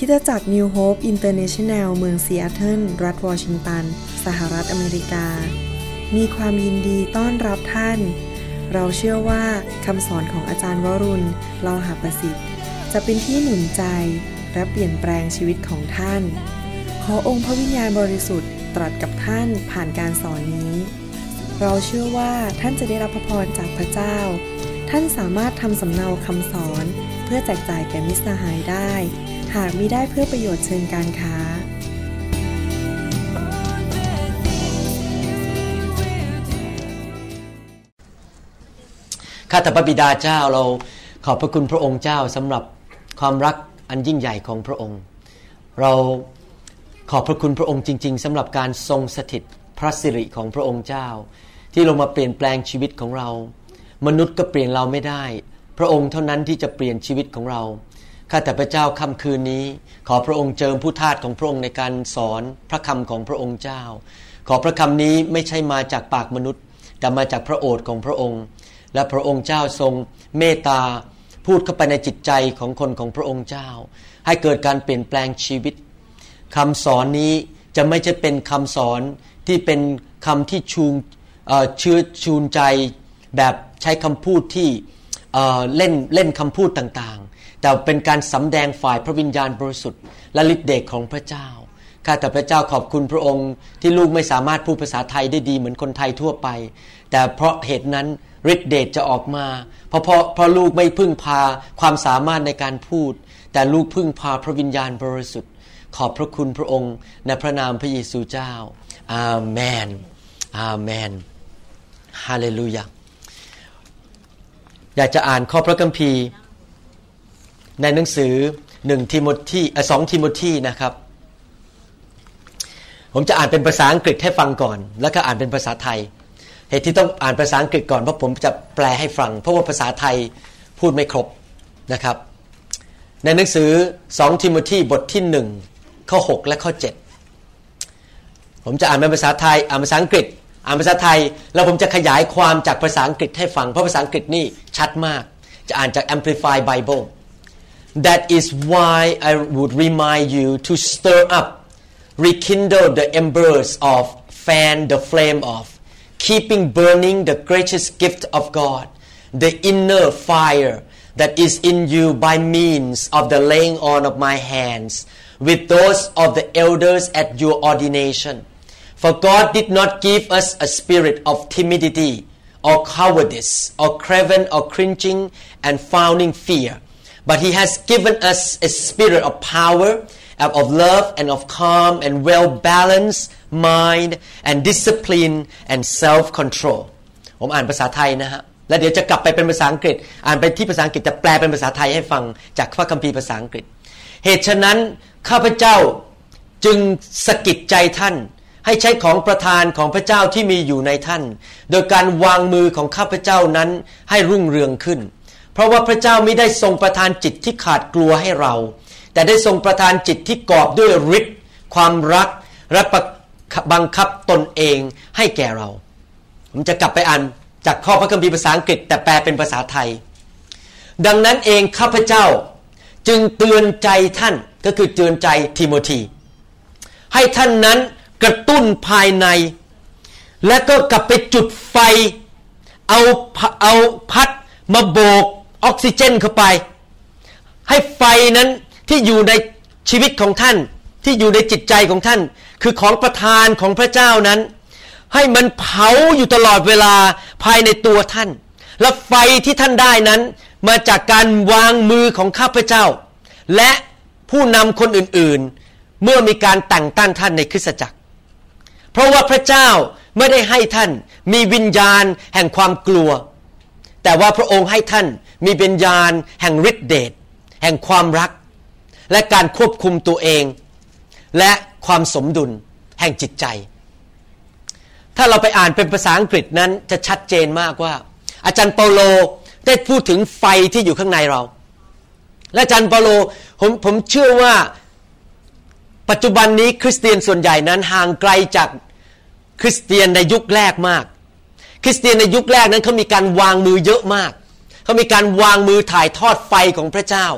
คริสตจักร New Hope International เมืองซีแอตเทิลรัฐวอชิงตันสหรัฐอเมริกามีความยินดีต้อนรับท่านเราเชื่อว่าคำสอนของอาจารย์วรุณ เลาหะประสิทธิ์จะเป็นที่หนุนใจและเปลี่ยนแปลงชีวิตของท่านขอองค์พระวิญญาณบริสุทธิ์ตรัสกับท่านผ่านการสอนนี้เราเชื่อว่าท่านจะได้รับพระพรจากพระเจ้าท่านสามารถทำสำเนาคำสอนเพื่อแจกจ่ายแก่มิตรสหายได้หากมิได้เพื่อประโยชน์เชิงการค้าข้าแต่พระบิดาเจ้าเราขอบพระคุณพระองค์เจ้าสำหรับความรักอันยิ่งใหญ่ของพระองค์เราขอบพระคุณพระองค์จริงๆสำหรับการทรงสถิตพระสิริของพระองค์เจ้าที่ลงมาเปลี่ยนแปลงชีวิตของเรามนุษย์ก็เปลี่ยนเราไม่ได้พระองค์เท่านั้นที่จะเปลี่ยนชีวิตของเราข้าแต่พระเจ้าค่ำคืนนี้ขอพระองค์เจิมผู้ทาสของพระองค์ในการสอนพระคำของพระองค์เจ้าขอพระคำนี้ไม่ใช่มาจากปากมนุษย์แต่มาจากพระโอษฐ์ของพระองค์และพระองค์เจ้าทรงเมตตาพูดเข้าไปในจิตใจของคนของพระองค์เจ้าให้เกิดการเปลี่ยนแปลงชีวิตคำสอนนี้จะไม่ใช่เป็นคำสอนที่เป็นคำที่ชูนใจแบบใช้คำพูดที่เล่นคำพูดต่างๆแต่เป็นการสำแดงฝ่ายพระวิญญาณบริสุทธิ์และฤทธิ์เดชของพระเจ้าข้าแต่พระเจ้าขอบคุณพระองค์ที่ลูกไม่สามารถพูดภาษาไทยได้ดีเหมือนคนไทยทั่วไปแต่เพราะเหตุนั้นฤทธิ์เดชจะออกมาเพราะลูกไม่พึ่งพาความสามารถในการพูดแต่ลูกพึ่งพาพระวิญญาณบริสุทธิ์ขอบพระคุณพระองค์ในพระนามพระเยซูเจ้าอาเมนอาเมนฮาเลลูยาอยากจะอ่านข้อพระคัมภีร์ในหนังสือ2ทิโมธีนะครับผมจะอ่านเป็นภาษาอังกฤษให้ฟังก่อนแล้วก็อ่านเป็นภาษาไทยเหตุที่ต้องอ่านภาษาอังกฤษก่อนเพราะผมจะแปลให้ฟังเพราะว่าภาษาไทยพูดไม่ครบนะครับในหนังสือ2ทิโมธีบทที่1ข้อ6และข้อ7ผมจะอ่านเป็นภาษาไทยอ่านภาษาอังกฤษอ่านภาษาไทยแล้วผมจะขยายความจากภาษาอังกฤษให้ฟังเพราะภาษาอังกฤษนี่ชัดมากจะอ่านจาก Amplified Bible That is why I would remind you to stir up rekindle the embers of fan the flame of keeping burning the gracious gift of God the inner fire that is in you by means of the laying on of my hands with those of the elders at your ordination For God did not give us a spirit of timidity or cowardice or craven or cringing and frowning fear, but He has given us a spirit of power, of love and of calm and well-balanced mind and discipline and self-control. ผมอ่านภาษาไทยนะฮะแล้วเดี๋ยวจะกลับไปเป็นภาษาอังกฤษอ่านไปที่ภาษาอังกฤษจะแปลเป็นภาษาไทยให้ฟังจากพระคัมภีร์ภาษาอังกฤษเหตุฉะนั้นข้าพเจ้าจึงสะกิดใจท่านให้ใช้ของประทานของพระเจ้าที่มีอยู่ในท่านโดยการวางมือของข้าพเจ้านั้นให้รุ่งเรืองขึ้นเพราะว่าพระเจ้าไม่ได้ทรงประทานจิตที่ขาดกลัวให้เราแต่ได้ทรงประทานจิตที่กอบด้วยฤทธิ์ความรักและบังคับตนเองให้แก่เราผมจะกลับไปอ่านจากข้อพระคัมภีร์ภาษาอังกฤษแต่แปลเป็นภาษาไทยดังนั้นเองข้าพเจ้าจึงเตือนใจท่านก็คือเตือนใจทิโมธีให้ท่านนั้นกระตุ้นภายในและก็กลับไปจุดไฟเอาพัดมาโบกออกซิเจนเข้าไปให้ไฟนั้นที่อยู่ในชีวิตของท่านที่อยู่ในจิตใจของท่านคือของประทานของพระเจ้านั้นให้มันเผาอยู่ตลอดเวลาภายในตัวท่านและไฟที่ท่านได้นั้นมาจากการวางมือของข้าพเจ้าและผู้นำคนอื่นๆเมื่อมีการแต่งตั้งท่านในคริสตจักรเพราะว่าพระเจ้าไม่ได้ให้ท่านมีวิญญาณแห่งความกลัวแต่ว่าพระองค์ให้ท่านมีวิญญาณแห่งฤทธิเดชแห่งความรักและการควบคุมตัวเองและความสมดุลแห่งจิตใจถ้าเราไปอ่านเป็นภาษาอังกฤษนั้นจะชัดเจนมากว่าอาจารย์เปาโลได้พูดถึงไฟที่อยู่ข้างในเราและอาจารย์เปาโลผมเชื่อว่าปัจจุบันนี้คริสเตียนส่วนใหญ่นั้นห่างไกลจากคริสเตียนในยุคแรกมากคริสเตียนในยุคแรกนั้นเขามีการวางมือเยอะมากเขามีการวางมือถ่ายทอดไฟของพระเจ้า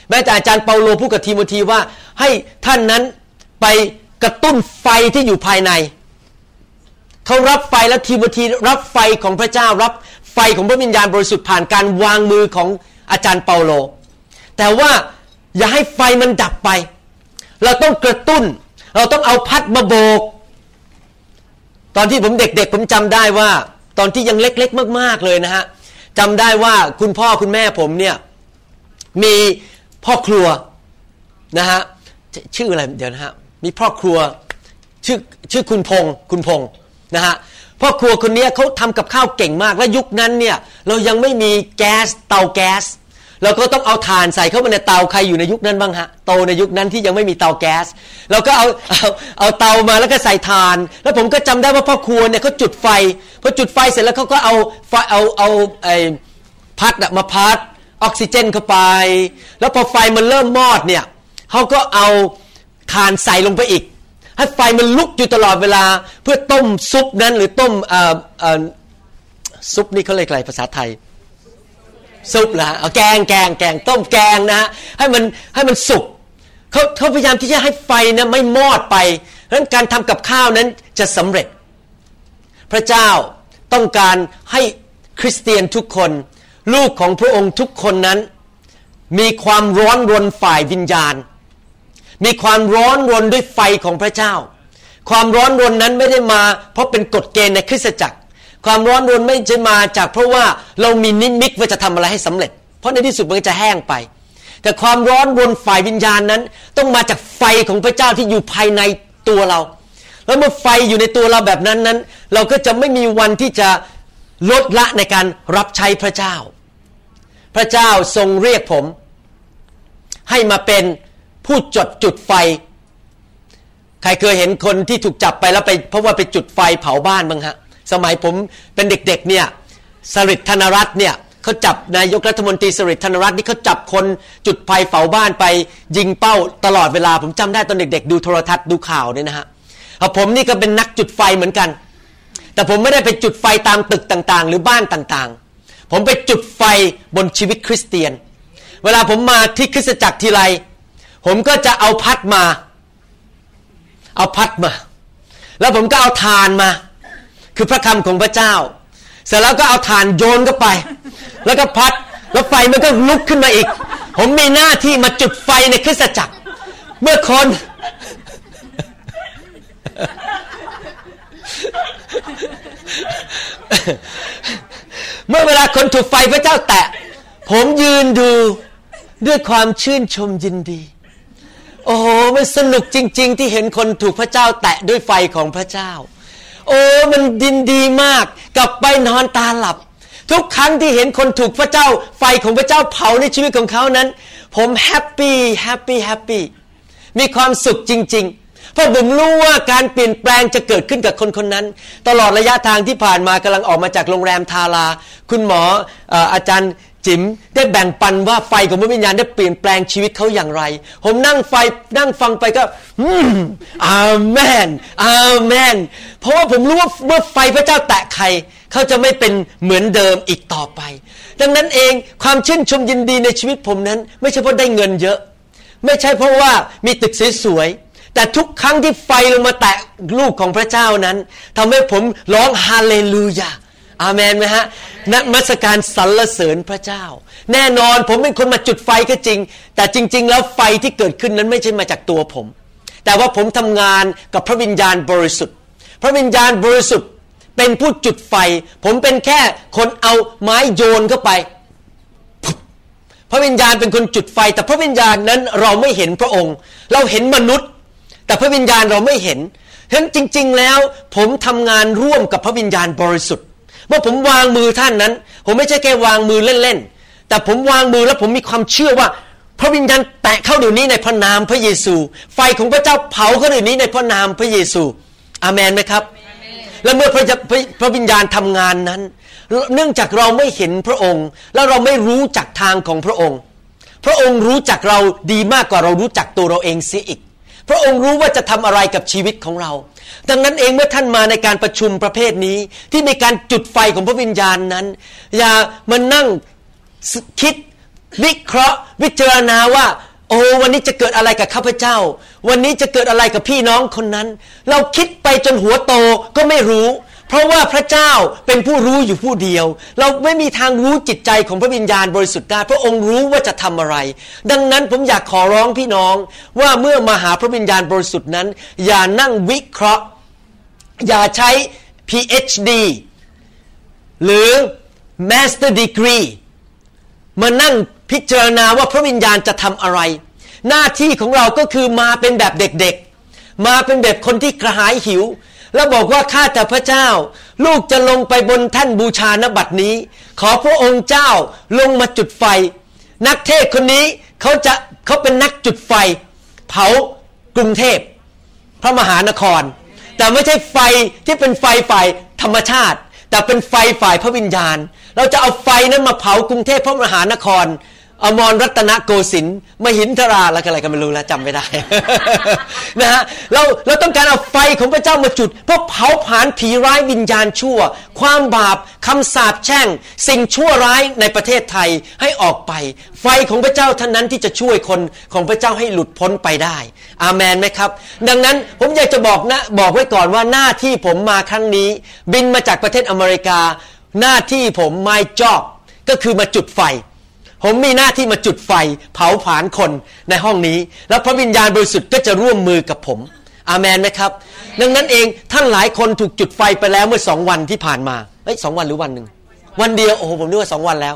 แม้แต่อาจารย์เปาโลพูดกับทิโมธีว่าให้ท่านนั้นไปกระตุ้นไฟที่อยู่ภายในเขารับไฟแล้วทิโมธีรับไฟของพระเจ้ารับไฟของพระวิญญาณบริสุทธิ์ผ่านการวางมือของอาจารย์เปาโลแต่ว่าอย่าให้ไฟมันดับไปเราต้องกระตุ้นเราต้องเอาพัดมาโบกตอนที่ผมเด็กๆผมจำได้ว่าตอนที่ยังเล็กๆมากๆเลยนะฮะจำได้ว่าคุณพ่อคุณแม่ผมเนี่ยมีพ่อครัวนะฮะชื่ออะไรเดี๋ยวนะฮะมีพ่อครัวชื่อคุณพงษ์นะฮะพ่อครัวคนนี้เขาทำกับข้าวเก่งมากและยุคนั้นเนี่ยเรายังไม่มีแก๊สเตาแก๊สเราก็ต้องเอาถ่านใส่เข้าไปในเตาใครอยู่ในยุคนั้นบ้างฮะโตในยุคนั้นที่ยังไม่มีเตาแก๊สเราก็เอาเตามาแล้วก็ใส่ถ่านแล้วผมก็จำได้ว่าพ่อครัวเนี่ยเขาจุดไฟพอจุดไฟเสร็จแล้วเขาก็เอาไอ้พัดมาพัดออกซิเจนเข้าไปแล้วพอไฟมันเริ่มมอดเนี่ยเขาก็เอาถ่านใส่ลงไปอีกให้ไฟมันลุกอยู่ตลอดเวลาเพื่อต้มซุปนั้นหรือต้มซุปนี่เขาเรียกอะไรภาษาไทยซุปละเอาแกงต้มแกงนะฮะให้มันสุกเขาพยายามที่จะให้ไฟนะไม่มอดไปดังนั้นการทำกับข้าวนั้นจะสำเร็จพระเจ้าต้องการให้คริสเตียนทุกคนลูกของพระองค์ทุกคนนั้นมีความร้อนรนฝ่ายวิญญาณมีความร้อนรนด้วยไฟของพระเจ้าความร้อนรนนั้นไม่ได้มาเพราะเป็นกฎเกณฑ์ในคริสตจักรความร้อนรนไม่ใช่มาจากเพราะว่าเรามีนิมิตว่าจะทำอะไรให้สำเร็จเพราะในที่สุดมันจะแห้งไปแต่ความร้อนรนฝ่ายวิญญาณนั้นต้องมาจากไฟของพระเจ้าที่อยู่ภายในตัวเราแล้วเมื่อไฟอยู่ในตัวเราแบบนั้นเราก็จะไม่มีวันที่จะลดละในการรับใช้พระเจ้าพระเจ้าทรงเรียกผมให้มาเป็นผู้จุดไฟใครเคยเห็นคนที่ถูกจับไปแล้วไปเพราะว่าไปจุดไฟเผาบ้านบ้างฮะสมัยผมเป็นเด็กๆเนี่ยสฤษดิ์ธนรัตน์เนี่ยเขาจับนายกรัฐมนตรีสฤษดิ์ธนรัตน์นี่เขาจับคนจุดไฟเผาบ้านไปยิงเป้าตลอดเวลาผมจำได้ตอนเด็กๆดูโทรทัศน์ดูข่าวเนี่ยนะฮะผมนี่ก็เป็นนักจุดไฟเหมือนกันแต่ผมไม่ได้ไปจุดไฟตามตึกต่างๆหรือบ้านต่างๆผมไปจุดไฟบนชีวิตคริสเตียนเวลาผมมาที่คริสตจักรทีไรผมก็จะเอาพัดมาแล้วผมก็เอาถ่านมาคือพระคำของพระเจ้าเสร็จแล้วก็เอาถ่านโยนเข้าไปแล้วก็พัดแล้วไฟมันก็ลุกขึ้นมาอีกผมมีหน้าที่มาจุดไฟในคริสตจักรเมื่อคนเมื่อเวลาคนถูกไฟพระเจ้าแตะผมยืนดูด้วยความชื่นชมยินดีโอ้โหมันสนุกจริงๆที่เห็นคนถูกพระเจ้าแตะด้วยไฟของพระเจ้าโอ้มันดินดีมากกลับไปนอนตาหลับทุกครั้งที่เห็นคนถูกพระเจ้าไฟของพระเจ้าเผาในชีวิตของเขานั้นผมแฮปปี้มีความสุขจริงๆเพราะผมรู้ว่าการเปลี่ยนแปลงจะเกิดขึ้นกับคนคนนั้นตลอดระยะทางที่ผ่านมากำลังออกมาจากโรงแรมทาราคุณหมออาจารย์จิ๋มได้แบ่งปันว่าไฟของพระวิญญาณได้เปลี่ยนแปลงชีวิตเขาอย่างไรผมนั่งฟังไปก็อาเมนเพราะว่าผมรู้ว่าเมื่อไฟพระเจ้าแตะใครเขาจะไม่เป็นเหมือนเดิมอีกต่อไปดังนั้นเองความชื่นชมยินดีในชีวิตผมนั้นไม่ใช่เพราะได้เงินเยอะไม่ใช่เพราะว่ามีตึกสวยๆแต่ทุกครั้งที่ไฟลงมาแตะลูกของพระเจ้านั้นทำให้ผมร้องฮาเลลูยาอาเมนไหมฮะนมัสการสรรเสริญพระเจ้าแน่นอนผมเป็นคนมาจุดไฟก็จริงแต่จริงๆแล้วไฟที่เกิดขึ้นนั้นไม่ใช่มาจากตัวผมแต่ว่าผมทำงานกับพระวิญญาณบริสุทธิ์พระวิญญาณบริสุทธิ์เป็นผู้จุดไฟผมเป็นแค่คนเอาไม้โยนเข้าไปพระวิญญาณเป็นคนจุดไฟแต่พระวิญญาณนั้นเราไม่เห็นพระองค์เราเห็นมนุษย์แต่พระวิญญาณเราไม่เห็นฉะนั้นจริงๆแล้วผมทำงานร่วมกับพระวิญญาณบริสุทธิ์เมื่อผมวางมือท่านนั้นผมไม่ใช่แค่วางมือเล่นๆแต่ผมวางมือแล้วผมมีความเชื่อว่าพระวิญญาณแตะเข้าเดี๋ยวนี้ในพระนามพระเยซูไฟของพระเจ้าเผาเข้าเดี๋ยวนี้ในพระนามพระเยซูอาเมนไหมครับและเมื่อพระวิญญาณทำงานนั้นเนื่องจากเราไม่เห็นพระองค์แล้วเราไม่รู้จักทางของพระองค์พระองค์รู้จักเราดีมากกว่าเรารู้จักตัวเราเองเสียอีกพระองค์รู้ว่าจะทำอะไรกับชีวิตของเราดังนั้นเองเมื่อท่านมาในการประชุมประเภทนี้ที่มีการจุดไฟของพระวิญญาณนั้นอย่ามานั่งคิดวิเคราะห์วิจารณาว่าโอ้วันนี้จะเกิดอะไรกับข้าพเจ้าวันนี้จะเกิดอะไรกับพี่น้องคนนั้นเราคิดไปจนหัวโตก็ไม่รู้เพราะว่าพระเจ้าเป็นผู้รู้อยู่ผู้เดียวเราไม่มีทางรู้จิตใจของพระวิญญาณบริสุทธิ์ได้พระองค์รู้ว่าจะทำอะไรดังนั้นผมอยากขอร้องพี่น้องว่าเมื่อมาหาพระวิญญาณบริสุทธิ์นั้นอย่านั่งวิเคราะห์อย่าใช้ PhD หรือ Master Degree มานั่งพิจารณาว่าพระวิญญาณจะทำอะไรหน้าที่ของเราก็คือมาเป็นแบบเด็กๆมาเป็นแบบคนที่กระหายหิวแล้วบอกว่าข้าแต่พระเจ้าลูกจะลงไปบนแท่นบูชาณบัดนี้ขอพระองค์เจ้าลงมาจุดไฟนักเทศคนนี้เขาเป็นนักจุดไฟเผากรุงเทพพระมหานครแต่ไม่ใช่ไฟที่เป็นไฟฝ่ายธรรมชาติแต่เป็นไฟฝ่ายพระวิญญาณเราจะเอาไฟนั้นมาเผากรุงเทพพระมหานครอมรรัตนโกสินทร์มหินทราอะไรก็ไม่รู้แล้วจำไม่ได้ นะฮะเราต้องการเอาไฟของพระเจ้ามาจุดเพื่อเผาผลาญผีร้ายวิญญาณชั่วความบาปคำสาปแช่งสิ่งชั่วร้ายในประเทศไทยให้ออกไปไฟของพระเจ้าเท่านั้นที่จะช่วยคนของพระเจ้าให้หลุดพ้นไปได้อาเมนไหมครับดังนั้นผมอยากจะบอกไว้ก่อนว่าหน้าที่ผมมาครั้งนี้บินมาจากประเทศอเมริกาหน้าที่ผม my job ก็คือมาจุดไฟผมมีหน้าที่มาจุดไฟเผาผลาญคนในห้องนี้แล้วพระวิญญาณบริสุทธิ์ก็จะร่วมมือกับผมอาเมนไหมครับดังนั้นเองท่านหลายคนถูกจุดไฟไปแล้วเมื่อ2 วันที่ผ่านมา2 วันหรือวันนึงวันเดียวโอ้โหผมนึกว่า2 วันแล้ว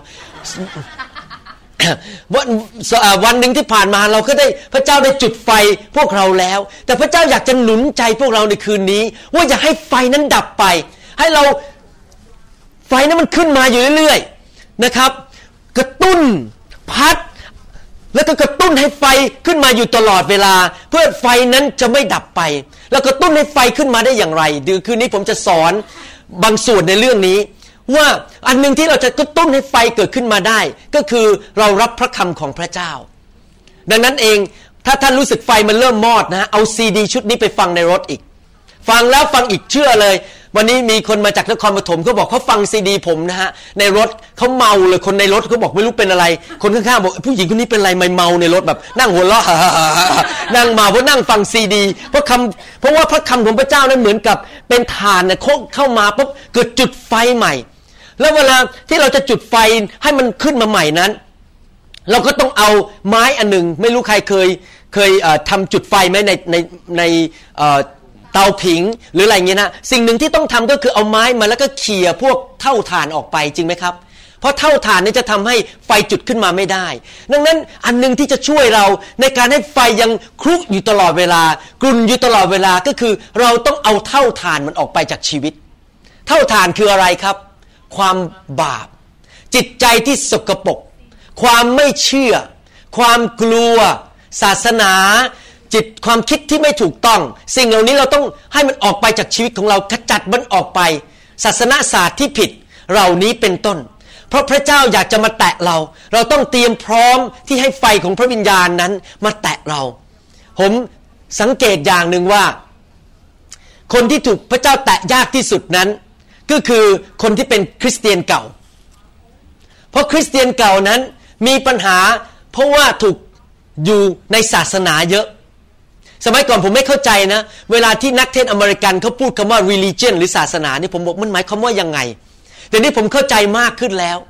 วันนึงที่ผ่านมาเราก็ได้พระเจ้าได้จุดไฟพวกเราแล้วแต่พระเจ้าอยากจะหนุนใจพวกเราในคืนนี้ว่าอย่าให้ไฟนั้นดับไปให้เราไฟนั้นมันขึ้นมาอยู่เรื่อยๆนะครับกระตุ้นพัดแล้วก็กระตุ้นให้ไฟขึ้นมาอยู่ตลอดเวลาเพื่อไฟนั้นจะไม่ดับไปแล้วกระตุ้นให้ไฟขึ้นมาได้อย่างไรเดี๋ยวคืนนี้ผมจะสอนบางส่วนในเรื่องนี้ว่าอันนึงที่เราจะกระตุ้นให้ไฟเกิดขึ้นมาได้ก็คือเรารับพระคำของพระเจ้าดังนั้นเองถ้าท่านรู้สึกไฟมันเริ่มมอดนะเอาซีดีชุดนี้ไปฟังในรถอีกฟังแล้วฟังอีกเชื่อเลยวันนี้มีคนมาจากนครปฐมเขาบอกเขาฟังซีดีผมนะฮะในรถเขาเมาเลยคนในรถเขาบอกไม่รู้เป็นอะไรคนข้างๆบอกผู้หญิงคนนี้เป็นอะไรไม่เมาในรถแบบนั่งหัวเราะ นั่งเมาเพราะนั่งฟังซีดีเพราะว่าพระคำของพระเจ้านั้นเหมือนกับเป็นถ่านเนี่ยเข้ามาปุ๊บเกิดจุดไฟใหม่แล้วเวลาที่เราจะจุดไฟให้มันขึ้นมาใหม่นั้นเราก็ต้องเอาไม้อันหนึ่งไม่รู้ใครเคยทำจุดไฟไหมในเตาผิงหรืออะไรเงี้ยนะสิ่งหนึ่งที่ต้องทำก็คือเอาไม้มาแล้วก็เขี่ยพวกเท่าถ่านออกไปจริงไหมครับเพราะเท่าถ่านนี่จะทำให้ไฟจุดขึ้นมาไม่ได้ดังนั้นอันนึงที่จะช่วยเราในการให้ไฟยังคลุกอยู่ตลอดเวลากลุ่นอยู่ตลอดเวลาก็คือเราต้องเอาเท่าถ่านมันออกไปจากชีวิตเท่าถ่านคืออะไรครับความบาปจิตใจที่สกปรกความไม่เชื่อความกลัวศาสนาจิตความคิดที่ไม่ถูกต้องสิ่งเหล่านี้เราต้องให้มันออกไปจากชีวิตของเราขจัดมันออกไปศาสนศาสตร์ที่ผิดเหล่านี้เป็นต้นเพราะพระเจ้าอยากจะมาแตะเราต้องเตรียมพร้อมที่ให้ไฟของพระวิญญาณนั้นมาแตะเราผมสังเกตอย่างหนึ่งว่าคนที่ถูกพระเจ้าแตะยากที่สุดนั้นก็คือคนที่เป็นคริสเตียนเก่าเพราะคริสเตียนเก่านั้นมีปัญหาเพราะว่าถูกอยู่ในศาสนาเยอะสมัยก่อนผมไม่เข้าใจนะเวลาที่นักเทศอเมริกันเขาพูดคำว่า religion หรือศาสนานี่ผมบอกมันหมายความว่ายังไงแต่นี่ผมเข้าใจมากขึ้นแล้ว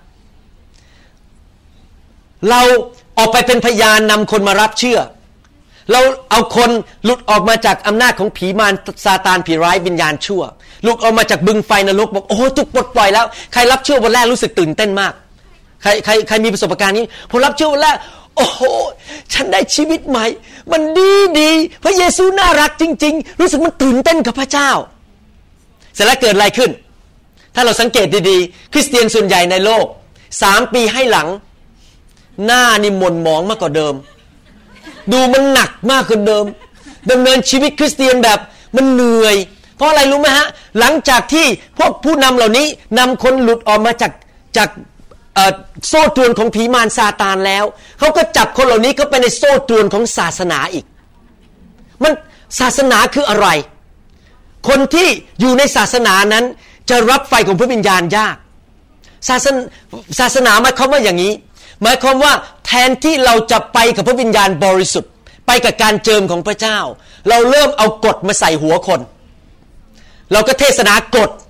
เราออกไปเป็นพยานนำคนมารับเชื่อเราเอาคนหลุดออกมาจากอำนาจของผีมารซาตานผีร้ายวิญญาณชั่วหลุดออกมาจากบึงไฟนรกบอกโอ้ถูกปลดปล่อยแล้วใครรับเชื่อวันแรกรู้สึกตื่นเต้นมากใครมีประสบการณ์นี้พอรับเชื่อวันแรกโอ้โหฉันได้ชีวิตใหม่มันดีพระเยซูน่ารักจริงๆรู้สึกมันตื่นเต้นกับพระเจ้าเสร็จแล้วเกิดอะไรขึ้นถ้าเราสังเกตดีๆคริสเตียนส่วนใหญ่ในโลก3 ปีให้หลังหน้านี่หม่นหมองมากกว่าเดิมดูมันหนักมากกว่าเดิมดำเนินชีวิตคริสเตียนแบบมันเหนื่อยเพราะอะไรรู้ไหมฮะหลังจากที่พวกผู้นำเหล่านี้นำคนหลุดออกมาจากโซ่ตรวนของผีมารซาตานแล้วเขาก็จับคนเหล่านี้เข้าไปในโซ่ตรวนของศาสนาอีกมันศาสนาคืออะไรคนที่อยู่ในศาสนานั้นจะรับไฟของพระวิญญาณยากศาสนาหมายความว่าอย่างนี้หมายความว่าแทนที่เราจะไปกับพระวิญญาณบริสุทธิ์ไปกับการเจิมของพระเจ้าเราเริ่มเอากฎมาใส่หัวคนเราก็เทศนากฎ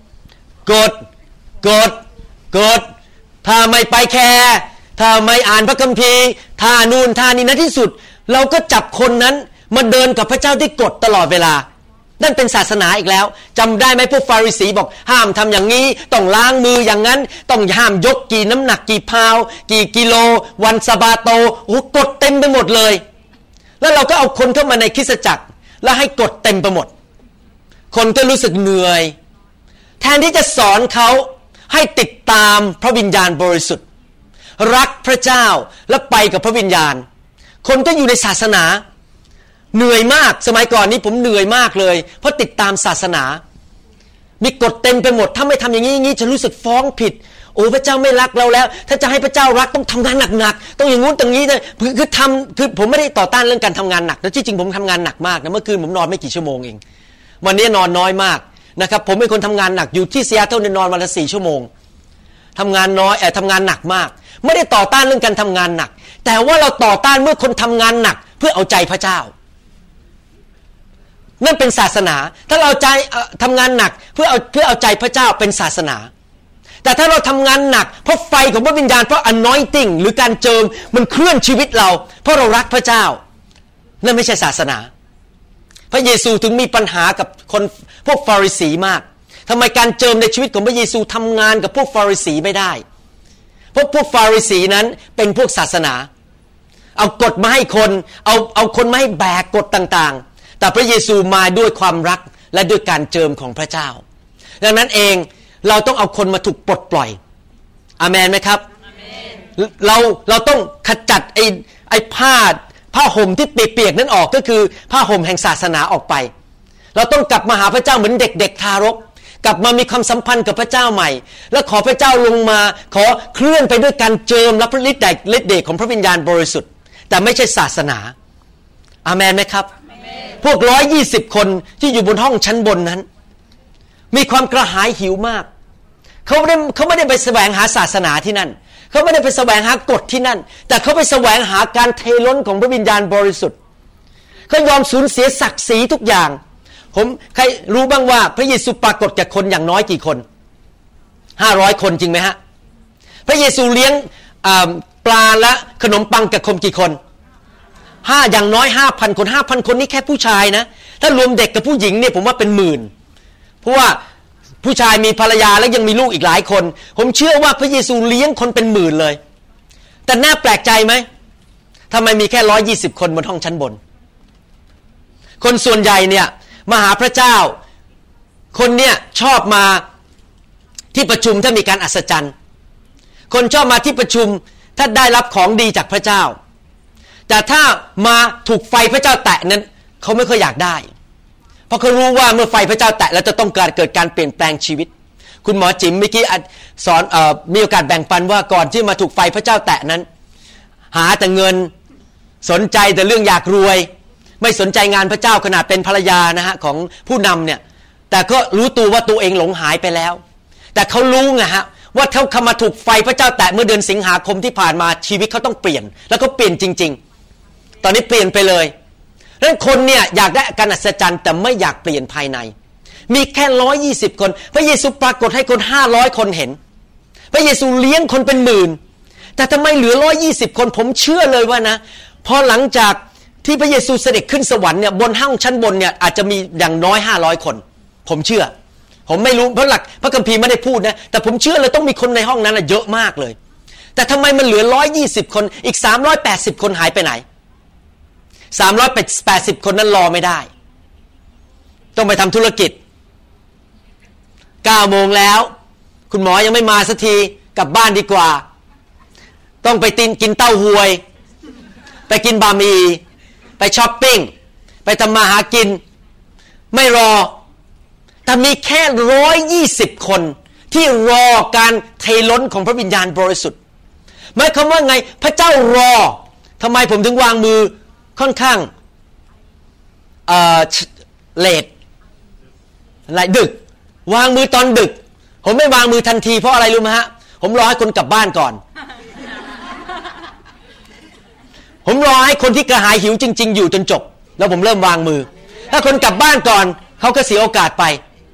ถ้าไม่ไปแคร์ถ้าไม่อ่านพระคัมภีร์ถ้านู่นท่านี้นะที่สุดเราก็จับคนนั้นมาเดินกับพระเจ้าด้วยกฎตลอดเวลานั่นเป็นศาสนาอีกแล้วจำได้ไหมพวกฟาริสีบอกห้ามทำอย่างนี้ต้องล้างมืออย่างนั้นต้องห้ามยกกี่น้ำหนักกี่พาวกี่กิโลวันซาบาโตโอ้กฎเต็มไปหมดเลยแล้วเราก็เอาคนเข้ามาในคริสตจักรแล้วให้กฎเต็มไปหมดคนก็รู้สึกเหนื่อยแทนที่จะสอนเขาให้ติดตามพระวิญญาณบริสุทธิ์รักพระเจ้าและไปกับพระวิญญาณคนก็อยู่ในศาสนาเหนื่อยมากสมัยก่อนนี้ผมเหนื่อยมากเลยเพราะติดตามศาสนามีกฎเต็มไปหมดถ้าไม่ทำอย่างนี้จะรู้สึกฟ้องผิดโอ้พระเจ้าไม่รักเราแล้วถ้าจะให้พระเจ้ารักต้องทำงานหนักๆต้องอย่างงู้นอย่างนี้นะคือผมไม่ได้ต่อต้านเรื่องการทำงานหนักนะที่จริงผมทำงานหนักมากนะเมื่อคืนผมนอนไม่กี่ชั่วโมงเองวันนี้นอนน้อยมากนะครับผมเป็นคนทำงานหนักอยู่ที่ซีแอตเทิลนอนวันละ4 ชั่วโมงทำงานน้อยทำงานหนักมากไม่ได้ต่อต้านเรื่องการทำงานหนักแต่ว่าเราต่อต้านเมื่อคนทำงานหนักเพื่อเอาใจพระเจ้านั่นเป็นศาสนาถ้าเราใจทำงานหนักเพื่อเอาใจพระเจ้าเป็นศาสนาแต่ถ้าเราทำงานหนักเพราะไฟของพระวิญญาณเพราะ anointing หรือการเจิมมันเคลื่อนชีวิตเราเพราะเรารักพระเจ้านั่นไม่ใช่ศาสนาพระเยซูถึงมีปัญหากับคนพวกฟาริสีมากทำไมการเจิมในชีวิตของพระเยซูทำงานกับพวกฟาริสีไม่ได้เพราะพวกฟาริสีนั้นเป็นพวกศาสนาเอากฎมาให้คนเอาคนมาให้แบกกฎต่างๆแต่พระเยซูมาด้วยความรักและด้วยการเจิมของพระเจ้าดังนั้นเองเราต้องเอาคนมาถูกปลดปล่อยอาเมนไหมครับเราต้องขจัดไอ้ผ้าห่มที่เปียกๆนั้นออกก็คือผ้าห่มแห่งศาสนาออกไปเราต้องกลับมาหาพระเจ้าเหมือนเด็กๆทารกกลับมามีความสัมพันธ์กับพระเจ้าใหม่และขอพระเจ้าลงมาขอเคลื่อนไปด้วยการเจิมและพระฤทธิ์เดชของพระวิญญาณบริสุทธิ์แต่ไม่ใช่ศาสนาอาเมนไหมครับพวก120คนที่อยู่บนห้องชั้นบนนั้นมีความกระหายหิวมากเขาไม่ได้ไปแสวงหาศาสนาที่นั่นเขาไม่ได้ไปแสวงหากฎที่นั่นแต่เขาไปแสวงหาการเทล้นของพระวิญญาณบริสุทธิ์เขายอมสูญเสียศักดิ์ศรีทุกอย่างใครรู้บ้างว่าพระเยซูปรากฏแก่คนอย่างน้อยกี่คน500 คนจริงไหมฮะพระเยซูเลี้ยงปลาและขนมปังแก่คนกี่คนอย่างน้อย 5,000 คน 5,000 คนนี่แค่ผู้ชายนะถ้ารวมเด็กกับผู้หญิงเนี่ยผมว่าเป็นหมื่นเพราะว่าผู้ชายมีภรรยาแล้วยังมีลูกอีกหลายคนผมเชื่อว่าพระเยซูเลี้ยงคนเป็นหมื่นเลยแต่น่าแปลกใจไหมทำไมมีแค่120 คนบนห้องชั้นบนคนส่วนใหญ่เนี่ยมาหาพระเจ้าคนเนี่ยชอบมาที่ประชุมถ้ามีการอัศจรรย์คนชอบมาที่ประชุมถ้าได้รับของดีจากพระเจ้าแต่ถ้ามาถูกไฟพระเจ้าแตะนั้นเขาไม่ค่อยอยากได้เพราะเขารู้ว่าเมื่อไฟพระเจ้าแตะแล้วจะต้องเกิดการเปลี่ยนแปลงชีวิตคุณหมอจิ๋มเมื่อกี้สอนมีโอกาสแบ่งปันว่าก่อนที่มาถูกไฟพระเจ้าแตะนั้นหาแต่เงินสนใจแต่เรื่องอยากรวยไม่สนใจงานพระเจ้าขนาดเป็นภรรยานะฮะของผู้นำเนี่ยแต่ก็รู้ตัวว่าตัวเองหลงหายไปแล้วแต่เขารู้ไงฮะว่าเขามาถูกไฟพระเจ้าแตะเมื่อเดือนสิงหาคมที่ผ่านมาชีวิตเขาต้องเปลี่ยนแล้วก็เปลี่ยนจริงๆตอนนี้เปลี่ยนไปเลยดังนั้นคนเนี่ยอยากได้การอัศจรรย์แต่ไม่อยากเปลี่ยนภายในมีแค่120 คนพระเยซูปรากฏให้คน500 คนเห็นพระเยซูเลี้ยงคนเป็นหมื่นแต่ทำไมเหลือ120 คนผมเชื่อเลยว่านะพอหลังจากที่พระเยซูเสด็จขึ้นสวรรค์เนี่ยบนห้องชั้นบนเนี่ยอาจจะมีอย่างน้อย500 คนผมเชื่อผมไม่รู้เพราะหลักพระคัมภีร์ไม่ได้พูดนะแต่ผมเชื่อเลยต้องมีคนในห้องนั้นเยอะมากเลยแต่ทำไมมันเหลือ120 คนอีก380 คนหายไปไหน380 คนนั้นรอไม่ได้ต้องไปทำธุรกิจ9 โมงแล้วคุณหมอยังไม่มาสักทีกลับบ้านดีกว่าต้องไปกินเต้าหวยไปกินบะหมี่ไปช้อปปิ้งไปทำมาหากินไม่รอแต่มีแค่120 คนที่รอการเทล้นของพระวิญญาณบริสุทธิ์หมายความว่าไงพระเจ้ารอทำไมผมถึงวางมือค่อนข้างเลทอะไรดึกวางมือตอนดึกผมไม่วางมือทันทีเพราะอะไรรู้ไหมฮะผมรอให้คนกลับบ้านก่อนผมรอให้คนที่กระหายหิวจริงๆอยู่จนจบแล้วผมเริ่มวางมือถ้าคนกลับบ้านก่อนเขาก็เสียโอกาสไป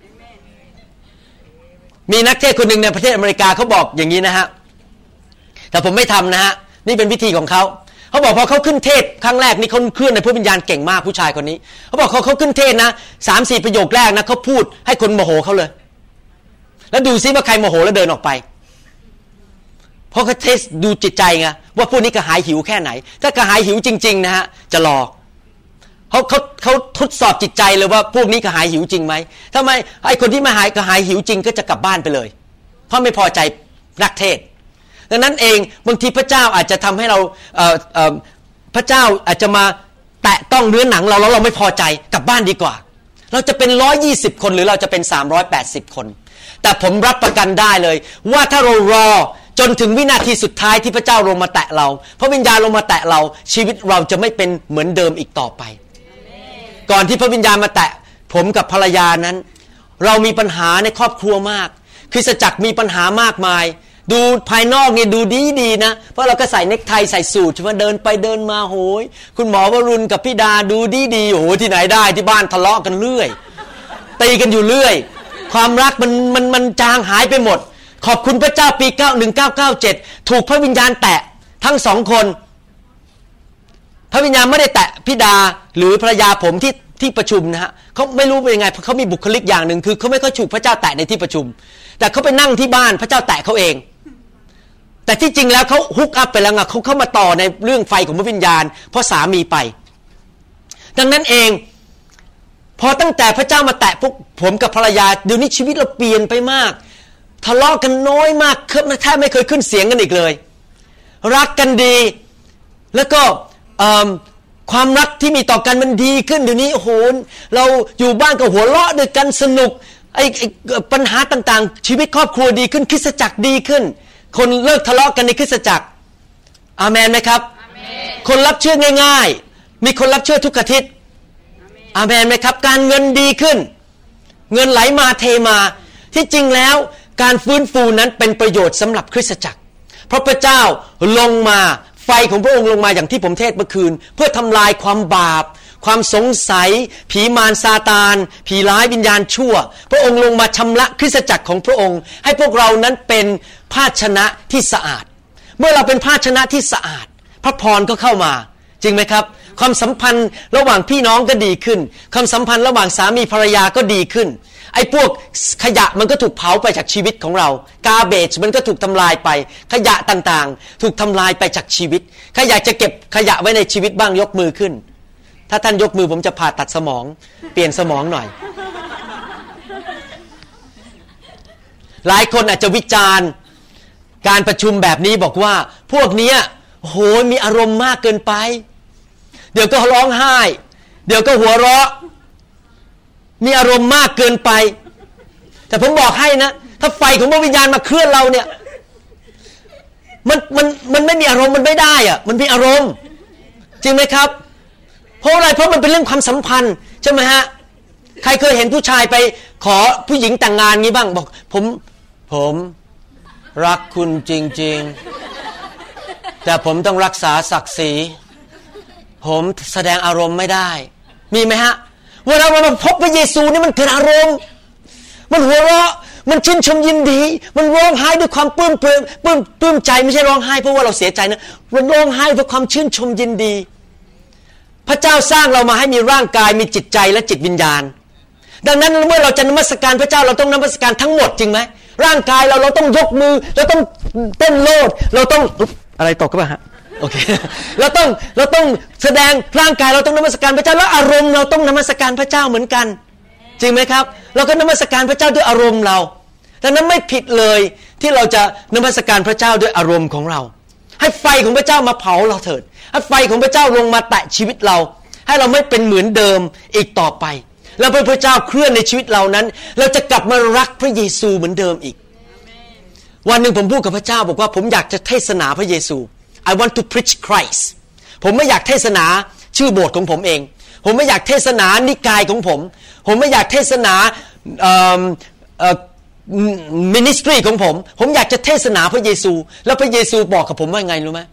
มีนักเทศคนหนึ่งในประเทศอเมริกาเขาบอกอย่างนี้นะฮะแต่ผมไม่ทำนะฮะนี่เป็นวิธีของเขาบอกพอเขาขึ้นเทศครั้งแรกนี่เขาเคลื่อนในพระวิญญาณเก่งมากผู้ชายคนนี้เขาบอกเขาขึ้นเทศนะ 3-4 ประโยคแรกนะเขาพูดให้คนโมโหเขาเลยแล้วดูซิว่าใครโมโหแล้วเดินออกไปเพราะเขาเทสดูจิตใจไงว่าพวกนี้กระหายหิวแค่ไหนถ้ากระหายหิวจริงๆนะฮะจะรอเขาทดสอบจิตใจเลยว่าพวกนี้กระหายหิวจริงไหมถ้าไม่ไอ้คนที่ไม่กระหายหิวจริงก็จะกลับบ้านไปเลยเพราะไม่พอใจนักเทศดังนั้นเองบางทีพระเจ้าอาจจะทำให้เราพระเจ้าอาจจะมาแตะต้องเนื้อหนังเราแล้วเราไม่พอใจกลับบ้านดีกว่าเราจะเป็น120คนหรือเราจะเป็น380คนแต่ผมรับประกันได้เลยว่าถ้าเรารอจนถึงวินาทีสุดท้ายที่พระเจ้าลงมาแตะเราพระวิญญาณลงมาแตะเราชีวิตเราจะไม่เป็นเหมือนเดิมอีกต่อไปก่อนที่พระวิญญาณมาแตะผมกับภรรยานั้นเรามีปัญหาในครอบครัวมากคริสตจักรมีปัญหามากมายดูภายนอกนี่ดูดีนะเพราะเราก็ใส่เนคไทใส่สูทใช่ไหมเดินไปเดินมาโหยคุณหมอวรุณกับพี่ดาดูดีโอ้โหที่ไหนได้ที่บ้านทะเลาะกันเรื่อยตีกันอยู่เรื่อยความรักมันจางหายไปหมดขอบคุณพระเจ้าปี1997ถูกพระวิญญาณแตะทั้ง2คนพระวิญญาณไม่ได้แตะพี่ดาหรือภรรยาผมที่ประชุมนะฮะเขาไม่รู้เป็นยังไงเขามีบุคลิกอย่างหนึ่งคือเขาไม่ค่อยถูกพระเจ้าแตะในที่ประชุมแต่เขาไปนั่งที่บ้านพระเจ้าแตะเขาเองแต่ที่จริงแล้วเขาฮุกอัพไปแล้วไงเขาเข้ามาต่อในเรื่องไฟของพระวิญญาณเพราะสามีไปดังนั้นเองพอตั้งแต่พระเจ้ามาแตะพวกผมกับภรรยาเดี๋ยวนี้ชีวิตเราเปลี่ยนไปมากทะเลาะกันน้อยมากแทบไม่เคยขึ้นเสียงกันอีกเลยรักกันดีแล้วก็ความรักที่มีต่อกันมันดีขึ้นเดี๋ยวนี้โอ้โหเราอยู่บ้านก็หัวเราะด้วยกันสนุกไอ้ปัญหาต่างๆชีวิตครอบครัวดีขึ้นคริสตจักรดีขึ้นคนเลิกทะเลาะกันในคริสตจักรอาเมนไหมครับคนรับเชื่อง่ายๆมีคนรับเชื่อทุกอาทิตย์อาเมนไหมครับการเงินดีขึ้นเงินไหลมาเทมาที่จริงแล้วการฟื้นฟูนั้นเป็นประโยชน์สำหรับคริสตจักรเพราะพระเจ้าลงมาไฟของพระองค์ลงมาอย่างที่ผมเทศเมื่อคืนเพื่อทำลายความบาปความสงสัยผีมารซาตานผีร้ายวิญญาณชั่วพระองค์ลงมาชำระคริสตจักรของพระองค์ให้พวกเรานั้นเป็นภาชนะที่สะอาดเมื่อเราเป็นภาชนะที่สะอาดพระพรก็เข้ามาจริงไหมครับความสัมพันธ์ระหว่างพี่น้องก็ดีขึ้นความสัมพันธ์ระหว่างสามีภรรยาก็ดีขึ้นไอ้พวกขยะมันก็ถูกเผาไปจากชีวิตของเรากาเบจมันก็ถูกทำลายไปขยะต่างๆถูกทำลายไปจากชีวิตใครอยากจะเก็บขยะไว้ในชีวิตบ้างยกมือขึ้นถ้าท่านยกมือผมจะผ่าตัดสมองเปลี่ยนสมองหน่อยหลายคนอาจจะวิจารณ์การประชุมแบบนี้บอกว่าพวกนี้โหมีอารมณ์มากเกินไปเดี๋ยวก็ร้องไห้เดี๋ยวก็หัวเราะมีอารมณ์มากเกินไปแต่ผมบอกให้นะถ้าไฟของพระวิญญาณมาเคลื่อนเราเนี่ยมันไม่มีอารมณ์มันไม่ได้อะมันมีอารมณ์จริงไหมครับเพราะอะไรเพราะมันเป็นเรื่องความสัมพันธ์ใช่ไหมฮะใครเคยเห็นผู้ชายไปขอผู้หญิงแต่งงานงี้บ้างบอกผมรักคุณจริงๆแต่ผมต้องรักษาศักดิ์ศรีผมแสดงอารมณ์ไม่ได้มีไหมฮะเวลาเราพบพระเยซูนี่มันเกิดอารมณ์มันหัวเราะมันชื่นชมยินดีมันร้องไห้ด้วยความปลื้มใจไม่ใช่ร้องไห้เพราะว่าเราเสียใจนะมันร้องไห้ด้วยความชื่นชมยินดีพระเจ้าสร้างเรามาให้มีร่างกายมีจิตใจและจิตวิญญาณดังนั้นเมื่อเราจะนมัสการพระเจ้าเราต้องนมัสการทั้งหมดจริงไหมร่างกายเราต้องยกมือเราต้องเต้นโลดเราต้องอะไรตกก็ป่ะฮะโอเคเราต้องแสดงร่างกายเราต้องนมัสการพระเจ้าแล้วอารมณ์เราต้องนมัสการพระเจ้าเหมือนกันจริงไหมครับเราก็นมัสการพระเจ้าด้วยอารมณ์เราดังนั้นไม่ผิดเลยที่เราจะนมัสการพระเจ้าด้วยอารมณ์ของเราให้ไฟของพระเจ้ามาเผาเราเถิดให้ไฟของพระเจ้าลงมาแตะชีวิตเราให้เราไม่เป็นเหมือนเดิมอีกต่อไปแล้วพระเจ้าเคลื่อนในชีวิตเรานั้นเราจะกลับมารักพระเยซูเหมือนเดิมอีกวันหนึ่งผมพูดกับพระเจ้าบอกว่าผมอยากจะเทศนาพระเยซูI want to preach Christ ผมไม่อยากเทศนาชื่อโบสถ์ของผมเองผมไม่อยากเทศนานิกายของผมไม่อยากเทศนาministry ของผมอยากจะเทศนาพระเยซูแล้วพระเยซูบอกกับผมว่าไงรู้ไหม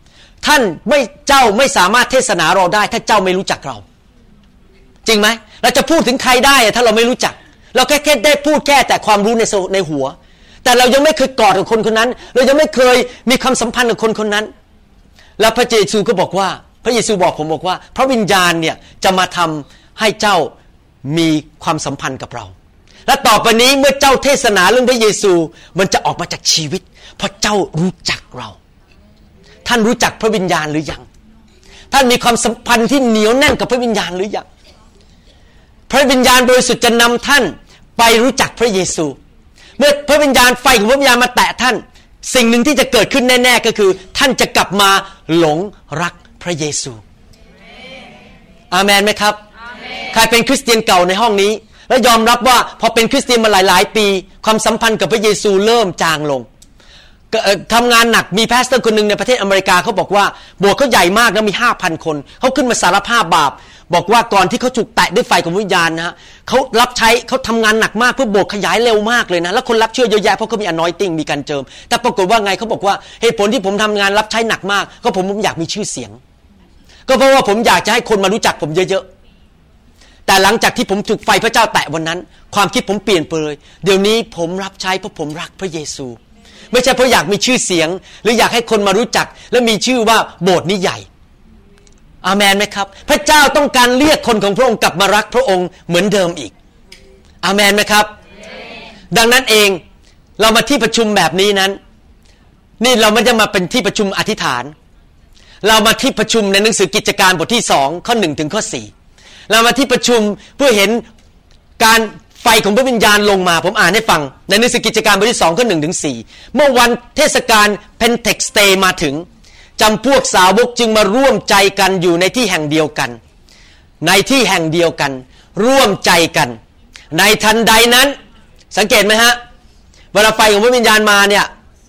เจ้าไม่สามารถเทศนาเราได้ถ้าเจ้าไม่รู้จักเราจริงไหมเราจะพูดถึงใครได้ถ้าเราไม่รู้จักเราแค่ได้พูดแค่แต่ความรู้ในหัวแต่เรายังไม่เคยกอดกับคนคนนั้นเรายังไม่เคยมีความสัมพันธ์กับคนคนนั้นแล้วพระเยซูก็บอกว่าพระเยซูบอกผมบอกว่าพระวิญญาณเนี่ยจะมาทำให้เจ้ามีความสัมพันธ์กับเราและต่อไปนี้เมื่อเจ้าเทศนาเรื่องพระเยซูมันจะออกมาจากชีวิตเพราะเจ้ารู้จักเราท่านรู้จักพระวิญญาณหรือยังท่านมีความสัมพันธ์ที่เหนียวแน่นกับพระวิญญาณหรือยังพระวิญญาณบริสุทธิ์จะนำท่านไปรู้จักพระเยซูเมื่อพระวิญญาณไฟของพระวิญญาณมาแตะท่านสิ่งหนึ่งที่จะเกิดขึ้นแน่ๆก็คือท่านจะกลับมาหลงรักพระเยซูอาเมนไหมครับใครเป็นคริสเตียนเก่าในห้องนี้และยอมรับว่าพอเป็นคริสเตียนมาหลายๆปีความสัมพันธ์กับพระเยซูเริ่มจางลงทำงานหนักมีพาสเตอร์คนหนึ่งในประเทศอเมริกาเขาบอกว่าโบสถ์เขาใหญ่มากนะมี 5,000 คนเขาขึ้นมาสารภาพบาปบอกว่าก่อนที่เขาถูกแตะด้วยไฟของวิญญาณนะฮะเขารับใช้เขาทำงานหนักมากเพื่อโบสถ์ขยายเร็วมากเลยนะแล้วคนรับเชื่อเยอะแยะเพราะเขามี anointing มีการเจิมแต่ปรากฏว่าไงเขาบอกว่าเหตุผลที่ผมทำงานรับใช้หนักมากก็ผมอยากมีชื่อเสียงก็เพราะว่าผมอยากจะให้คนมารู้จักผมเยอะๆแต่หลังจากที่ผมถูกไฟพระเจ้าแตะวันนั้นความคิดผมเปลี่ยนไปเลยเดี๋ยวนี้ผมรับใช้เพราะผมรักพระเยซูไม่ใช่เพราะอยากมีชื่อเสียงหรืออยากให้คนมารู้จักและมีชื่อว่าโบสถ์นี้ใหญ่อาเมนไหมครับพระเจ้าต้องการเรียกคนของพระองค์กลับมารักพระองค์เหมือนเดิมอีกอาเมนไหมครับดังนั้นเองเรามาที่ประชุมแบบนี้นั้นนี่เราไม่ได้มาเป็นที่ประชุมอธิษฐานเรามาที่ประชุมในหนังสือกิจการบทที่2ข้อ1ถึงข้อ4เรามาที่ประชุมเพื่อเห็นการไฟของพระวิญญาณลงมาผมอ่านให้ฟังในหนังสือกิจการบทที่2ข้อ1ถึง4เมื่อวันเทศกาลเพนเทคสเตย์มาถึงจำพวกสาวกจึงมาร่วมใจกันอยู่ในที่แห่งเดียวกันในที่แห่งเดียวกันร่วมใจกันในทันใดนั้นสังเกตไหมฮะเวลาไฟของพระวิญญาณมาเนี่ย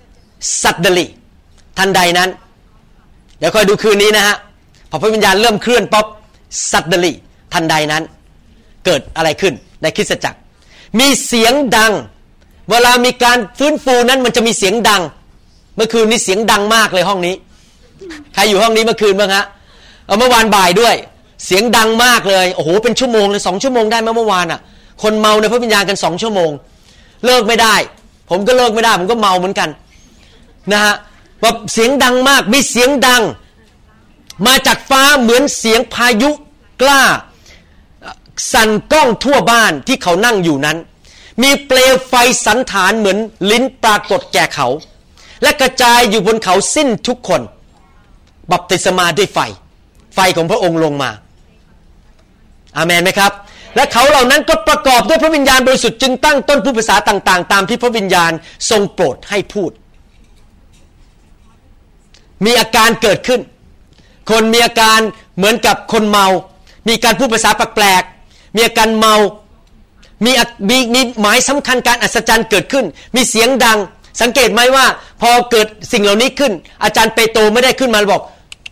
suddenlyทันใดนั้นเดี๋ยวคอยดูคืนนี้นะฮะพอพระวิญญาณเริ่มเคลื่อนป๊อบsuddenlyทันใดนั้นเกิดอะไรขึ้นในคริสตจักรมีเสียงดังเวลามีการฟื้นฟูนั้นมันจะมีเสียงดังเมื่อคืนนี้เสียงดังมากเลยห้องนี้ใครอยู่ห้องนี้เมื่อคืนบ้างฮะเมื่อวานบ่ายด้วยเสียงดังมากเลยโอ้โหเป็นชั่วโมงเลย2 ชั่วโมงได้เมื่อวานอ่ะคนเมาในพระวิญญาณกัน2 ชั่วโมงเลิกไม่ได้ผมก็เลิกไม่ได้ผมก็เมาเหมือนกันนะฮะแบบเสียงดังมากมีเสียงดังมาจากฟ้าเหมือนเสียงพายุกล้าสั่นก้องทั่วบ้านที่เขานั่งอยู่นั้นมีเปลวไฟสันฐานเหมือนลิ้นปรากฏแก่เขาและกระจายอยู่บนเขาสิ้นทุกคนบัพติศมาด้วยไฟของพระองค์ลงมาอาเมนไหมครับและเขาเหล่านั้นก็ประกอบด้วยพระวิญญาณบริสุทธิ์จึงตั้งต้นพูดภาษาต่างๆตามที่พระวิญญาณทรงโปรดให้พูดมีอาการเกิดขึ้นคนมีอาการเหมือนกับคนเมามีการพูดภาษาแปลกๆมีอาการเมามีหมายสำคัญการอัศจรรย์เกิดขึ้นมีเสียงดังสังเกตไหมว่าพอเกิดสิ่งเหล่านี้ขึ้นอาจารย์เปโตรไม่ได้ขึ้นมาบอก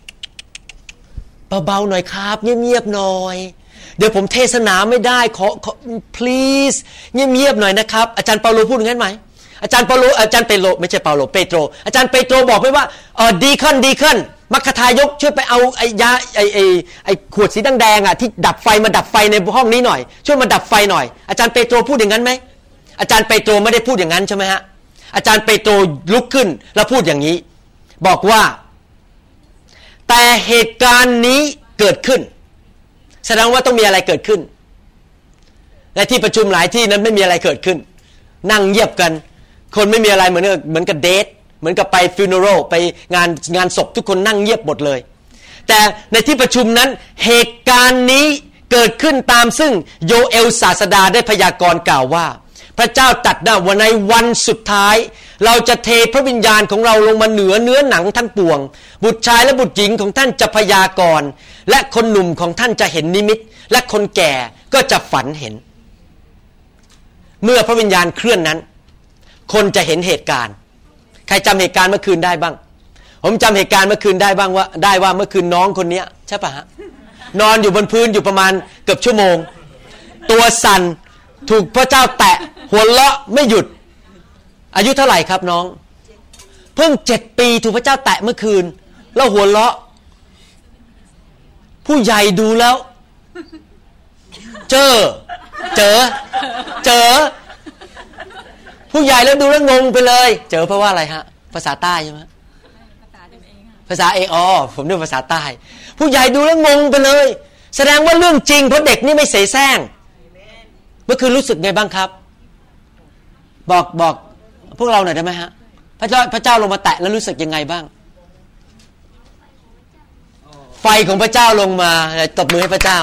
เบาๆหน่อยครับเงียบๆหน่อยเดี๋ยวผมเทศนาไม่ได้ขอ please เงียบๆหน่อยนะครับอาจารย์เปาโลพูดอย่างนั้นไหมอาจารย์เปาโลอาจารย์เปโตรไม่ใช่เปาโลเปโตรอาจารย์เปโตรบอกไว้ว่าดีขึ้นมัคคทายกช่วยไปเอาไอ้ยาไอ้ขวดสีแดงๆอ่ะที่ดับไฟมาดับไฟในห้องนี้หน่อยช่วยมาดับไฟหน่อยอาจารย์เปโตรพูดอย่างนั้นไหมอาจารย์เปโตรไม่ได้พูดอย่างนั้นใช่ไหมฮะอาจารย์เปโตรลุกขึ้นแล้วพูดอย่างนี้บอกว่าแต่เหตุการณ์นี้เกิดขึ้นแสดงว่าต้องมีอะไรเกิดขึ้นและที่ประชุมหลายที่นั้นไม่มีอะไรเกิดขึ้นนั่งเงียบกันคนไม่มีอะไรเหมือนกับเดทเหมือนกับไปฟิวเนอรัลไปงานศพทุกคนนั่งเงียบหมดเลยแต่ในที่ประชุมนั้นเหตุการณ์นี้เกิดขึ้นตามซึ่งโยเอลศาสดาได้พยากรณ์กล่าวว่าพระเจ้าตรัสว่าในวันสุดท้ายเราจะเทพระวิญญาณของเราลงมาเหนือเนื้อหนังทั้งปวงบุตรชายและบุตรหญิงของท่านจะพยากรณ์และคนหนุ่มของท่านจะเห็นนิมิตและคนแก่ก็จะฝันเห็นเมื่อพระวิญญาณเคลื่อนนั้นคนจะเห็นเหตุการณ์ใครจำเหตุการณ์เมื่อคืนได้บ้างผมจำเหตุการณ์เมื่อคืนได้บ้างว่าเมื่อคืนน้องคนนี้ใช่ปะฮะนอนอยู่บนพื้นอยู่ประมาณเกือบชั่วโมงตัวสั่นถูกพระเจ้าแตะหัวเราะไม่หยุดอายุเท่าไหร่ครับน้องเพิ่ง7 ปีถูกพระเจ้าแตะเมื่อคืนแล้วหัวเราะผู้ใหญ่ดูแล้วเจอผู้ใหญ่แล้วดูแล้วงงไปเลยเจอเพราะว่าอะไรฮะภาษาใต้ใช่ไหมภาษาเองอ๋อผมนึกภาษาใต้ผู้ใหญ่ดูแล้วงงไปเลยแสดงว่าเรื่องจริงเพราะเด็กนี่ไม่เสแสร้งเมื่อคืนรู้สึกไงบ้างครับบอกพวกเราหน่อยได้ไหมฮะพระเจ้าลงมาแตะแล้วรู้สึกยังไงบ้างไฟของพระเจ้าลงมาตบมือให้พระเจ้า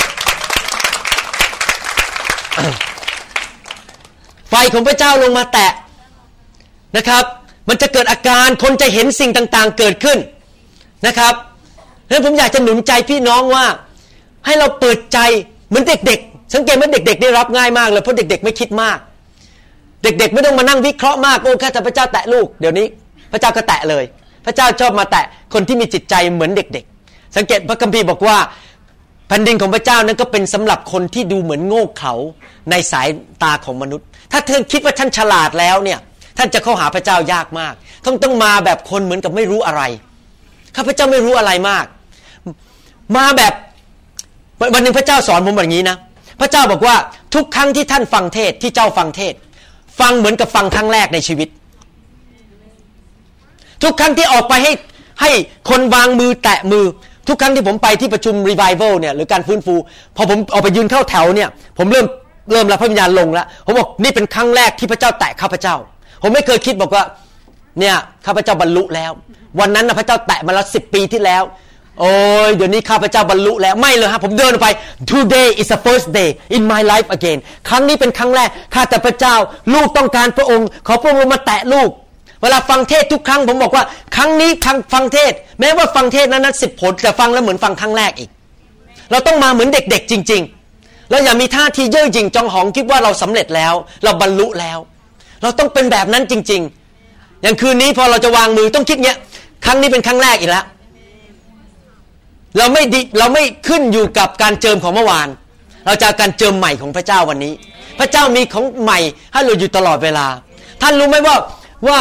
ไฟของพระเจ้าลงมาแตะนะครับมันจะเกิดอาการคนจะเห็นสิ่งต่างๆเกิดขึ้นนะครับดังนั้นผมอยากจะหนุนใจพี่น้องว่าให้เราเปิดใจเหมือนเด็กๆสังเกตว่าเด็กๆได้รับง่ายมากเลยเพราะเด็กๆไม่คิดมากเด็กๆไม่ต้องมานั่งวิเคราะห์มากโอ้แค่แต่พระเจ้าแตะลูกเดี๋ยวนี้พระเจ้าก็แตะเลยพระเจ้าชอบมาแตะคนที่มีจิตใจเหมือนเด็กๆสังเกตพระคัมภีร์บอกว่าแผ่นดินของพระเจ้านั้นก็เป็นสำหรับคนที่ดูเหมือนโง่เขลาในสายตาของมนุษย์ถ้าท่านคิดว่าท่านฉลาดแล้วเนี่ยท่านจะเข้าหาพระเจ้ายากมากต้องมาแบบคนเหมือนกับไม่รู้อะไรข้าพเจ้าไม่รู้อะไรมากมาแบบวันหนึ่งพระเจ้าสอนผมแบบนี้นะพระเจ้าบอกว่าทุกครั้งที่ท่านฟังเทศที่เจ้าฟังเทศฟังเหมือนกับฟังครั้งแรกในชีวิตทุกครั้งที่ออกไปให้คนวางมือแตะมือทุกครั้งที่ผมไปที่ประชุม revival เนี่ยหรือการฟื้นฟูพอผมออกไปยืนเข้าแถวเนี่ยผมเริ่มรับพระวิญญาณลงแล้วผมบอกนี่เป็นครั้งแรกที่พระเจ้าแตะข้าพเจ้าผมไม่เคยคิดบอกว่าเนี่ยข้าพเจ้าบรรลุแล้ววันนั้นนะพระเจ้าแตะมาแล้ว10 ปีที่แล้วโอ้ยเดี๋ยวนี้ข้าพเจ้าบรรลุแล้วไม่เลยฮะผมเดินออกไป today is the first day in my life again ครั้งนี้เป็นครั้งแรกข้าแต่พระเจ้าลูกต้องการพระองค์ขอพระองค์มาแตะลูกเวลาฟังเทศทุกครั้งผมบอกว่าครั้งนี้ฟังเทศแม้ว่าฟังเทศนั้น10 ผลแต่ฟังแล้วเหมือนฟังครั้งแรกอีกเราต้องมาเหมือนเด็กๆจริงๆแล้วอย่ามีท่าทีเย่อหยิ่งจองหองคิดว่าเราสำเร็จแล้วเราบรรลุแล้วเราต้องเป็นแบบนั้นจริงๆอย่างคืนนี้พอเราจะวางมือต้องคิดเงี้ยครั้งนี้เป็นครั้งแรกอีกแล้วเราไม่ขึ้นอยู่กับการเจิมของเมื่อวานเราจะการเจิมใหม่ของพระเจ้าวันนี้พระเจ้ามีของใหม่ให้เราอยู่ตลอดเวลาท่านรู้ไหมว่า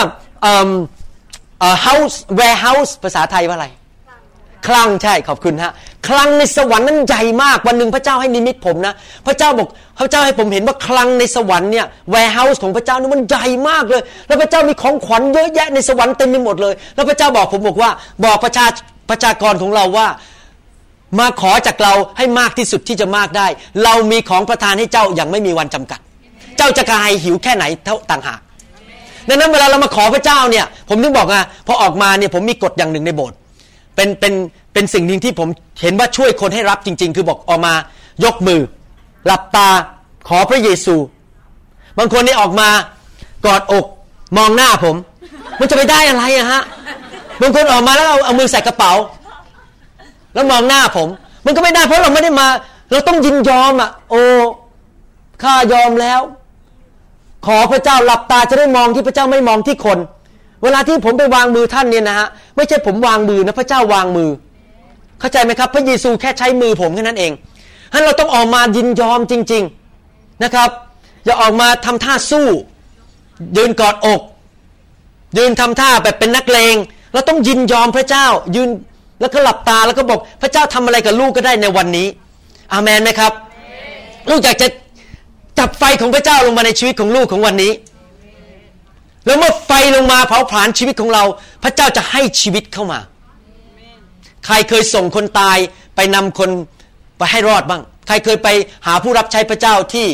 house warehouse ภาษาไทยว่าอะไรคลังใช่ขอบคุณฮะคลังในสวรรค์นั้นใหญ่มากวันหนึ่งพระเจ้าให้นิมิตผมนะพระเจ้าบอกพระเจ้าให้ผมเห็นว่าคลังในสวรรค์เนี่ย warehouse ของพระเจ้านี่มันใหญ่มากเลยแล้วพระเจ้ามีของขวัญเยอะแยะในสวรรค์เต็มไปหมดเลยแล้วพระเจ้าบอกผมบอกว่าบอกประชากรของเราว่ามาขอจากเราให้มากที่สุดที่จะมากได้เรามีของประทานให้เจ้าอย่างไม่มีวันจำกัดเจ้าจะกระหายหิวแค่ไหนเท่าต่างหากดังนั้นเวลาเรามาขอพระเจ้าเนี่ยผมถึงบอกพอออกมาเนี่ยผมมีกฎอย่างหนึ่งในโบสถ์เป็นสิ่งหนึ่งที่ผมเห็นว่าช่วยคนให้รับจริงๆคือบอกออกมายกมือหลับตาขอพระเยซูบางคนนี่ออกมากอดอกมองหน้าผมมันจะไปได้อะไรอะฮะบางคนออกมาแล้วเอามือใส่กระเป๋าแล้วมองหน้าผมมันก็ไม่ได้เพราะเราไม่ได้มาเราต้องยินยอมอ่ะโอ้ข้ายอมแล้วขอพระเจ้าหลับตาจะได้มองที่พระเจ้าไม่มองที่คนเวลาที่ผมไปวางมือท่านเนี่ยนะฮะไม่ใช่ผมวางมือนะพระเจ้าวางมือเข้าใจไหมครับพระเยซูแค่ใช้มือผมแค่นั้นเองฉะนั้นเราต้องออกมายินยอมจริงๆนะครับอย่าออกมาทำท่าสู้ยืนกอดอกยืนทำท่าแบบเป็นนักเลงเราต้องยินยอมพระเจ้ายืนแล้วก็หลับตาแล้วก็บอกพระเจ้าทำอะไรกับลูกก็ได้ในวันนี้อาเมนไหมครับลูกอยากจะจับไฟของพระเจ้าลงมาในชีวิตของลูกของวันนี้แล้วเมื่อไฟลงมาเผาผลาญชีวิตของเราพระเจ้าจะให้ชีวิตเข้ามาใครเคยส่งคนตายไปนำคนไปให้รอดบ้างใครเคยไปหาผู้รับใช้พระเจ้าที่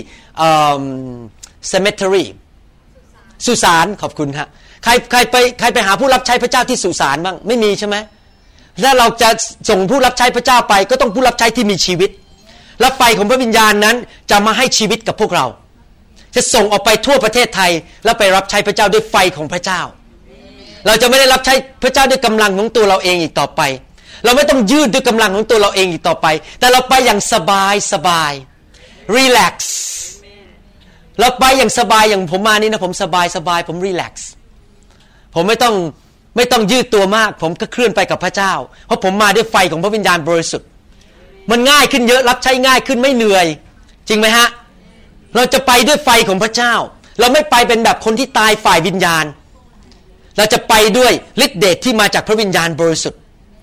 cemetery สุสานขอบคุณครับใครไปหาผู้รับใช้พระเจ้าที่สุสานบ้างไม่มีใช่ไหมถ้าเราจะส่งผู้รับใช้พระเจ้าไปก็ต้องผู้รับใช้ที่มีชีวิตและไฟของพระวิญญาณนั้นจะมาให้ชีวิตกับพวกเราจะส่งออกไปทั่วประเทศไทยแล้วไปรับใช้พระเจ้าด้วยไฟของพระเจ้าเราจะไม่ได้รับใช้พระเจ้าด้วยกำลังของตัวเราเองอีกต่อไปเราไม่ต้องยืดด้วยกำลังของตัวเราเองอีกต่อไปแต่เราไปอย่างสบายรีแลกซ์เราไปอย่างสบายอย่างผมมานี่นะผมสบายผมรีแลกซ์ผมไม่ต้องยืดตัวมากผมก็เคลื่อนไปกับพระเจ้าเพราะผมมาด้วยไฟของพระวิญญาณบริสุทธิ์มันง่ายขึ้นเยอะรับใช้ง่ายขึ้นไม่เหนื่อยจริงไหมฮะเราจะไปด้วยไฟของพระเจ้าเราไม่ไปเป็นแบบคนที่ตายฝ่ายวิญญาณเราจะไปด้วยฤทธิ์เดชที่มาจากพระวิญญาณบริสุทธิ์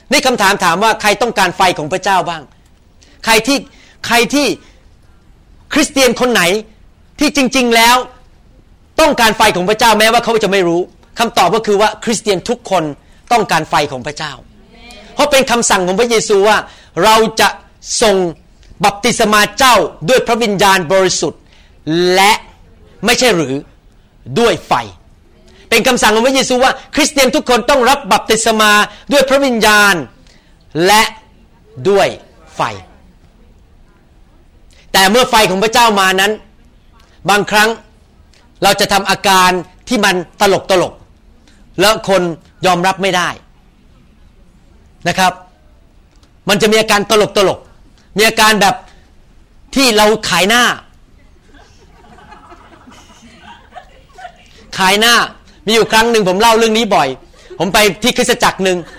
นี่คำถามถามว่าใครต้องการไฟของพระเจ้าบ้างใครที่คริสเตียนคนไหนที่จริงๆแล้วต้องการไฟของพระเจ้าแม้ว่าเขาจะไม่รู้คำตอบก็คือว่าคริสเตียนทุกคนต้องการไฟของพระเจ้าเพราะเป็นคำสั่งของพระเยซูว่าเราจะส่งบัพติศมาเจ้าด้วยพระวิญญาณบริสุทธิ์และไม่ใช่หรือด้วยไฟเป็นคำสั่งของพระเยซูว่าคริสเตียนทุกคนต้องรับบัพติศมาด้วยพระวิญญาณและด้วยไฟแต่เมื่อไฟของพระเจ้ามานั้นบางครั้งเราจะทำอาการที่มันตลกแล้วคนยอมรับไม่ได้นะครับมันจะมีอาการตลกมีอาการแบบที่เราขายหน้ามีอยู่ครั้งหนึ่งผมเล่าเรื่องนี้บ่อยผมไปที่คริสตจักรหนึ่ง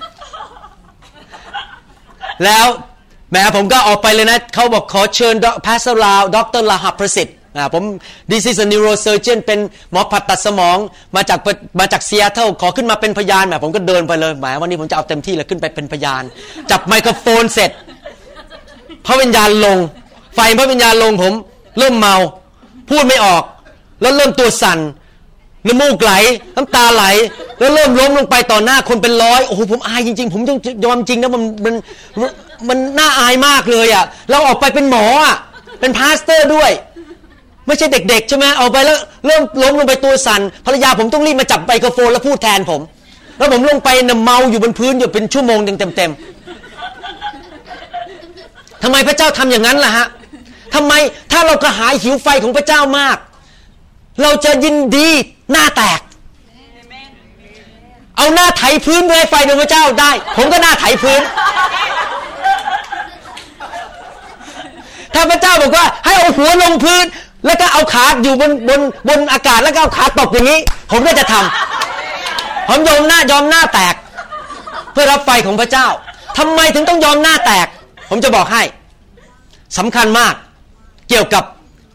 แล้วแม้ผมก็ออกไปเลยนะเขาบอกขอเชิญพาสเตอร์ลาวดร.ลาหับประสิทธิ์ผม This is a neurosurgeon เป็นหมอผ่าตัดสมองมาจากซีแอตเทิลขอขึ้นมาเป็นพยานแหมผมก็เดินไปเลยแหมวันนี้ผมจะเอาเต็มที่เลยขึ้นไปเป็นพยานจับไมโครโฟนเสร็จพระวิญญาณลงไฟพระวิญญาณลงผมเริ่มเมาพูดไม่ออกแล้วเริ่มตัวสั่นน้ำมูกไหลน้ำตาไหลแล้วเริ่มล้มลงไปต่อหน้าคนเป็นร้อยโอ้โหผมอายจริงๆผมต้องยอมจริงนะมันน่าอายมากเลยอ่ะเราออกไปเป็นหมออ่ะเป็นพาสเตอร์ด้วยไม่ใช่เด็กๆใช่ไหมเอาไปแล้วเริ่มล้มลงไปตัวสั่นภรรยาผมต้องรีบมาจับไมโครโฟนแล้วพูดแทนผมแล้วผมลงไปเมาอยู่บนพื้นอยู่เป็นชั่วโมงเต็มทำไมพระเจ้าทำอย่างนั้นล่ะฮะทำไมถ้าเรากระหายหิวไฟของพระเจ้ามากเราจะยินดีหน้าแตกเอาหน้าไถพื้นเพื่อให้ไฟของพระเจ้าได้ผมก็หน้าไถพื้นถ้าพระเจ้าบอกว่าให้เอาหัวลงพื้นแล้วก็เอาขาอยู่บนอากาศแล้วก็เอาขาตบอย่างนี้ผมก็จะทำผมยอมหน้าแตกเพื่อรับไฟของพระเจ้าทำไมถึงต้องยอมหน้าแตกผมจะบอกให้สำคัญมากเกี่ยวกับ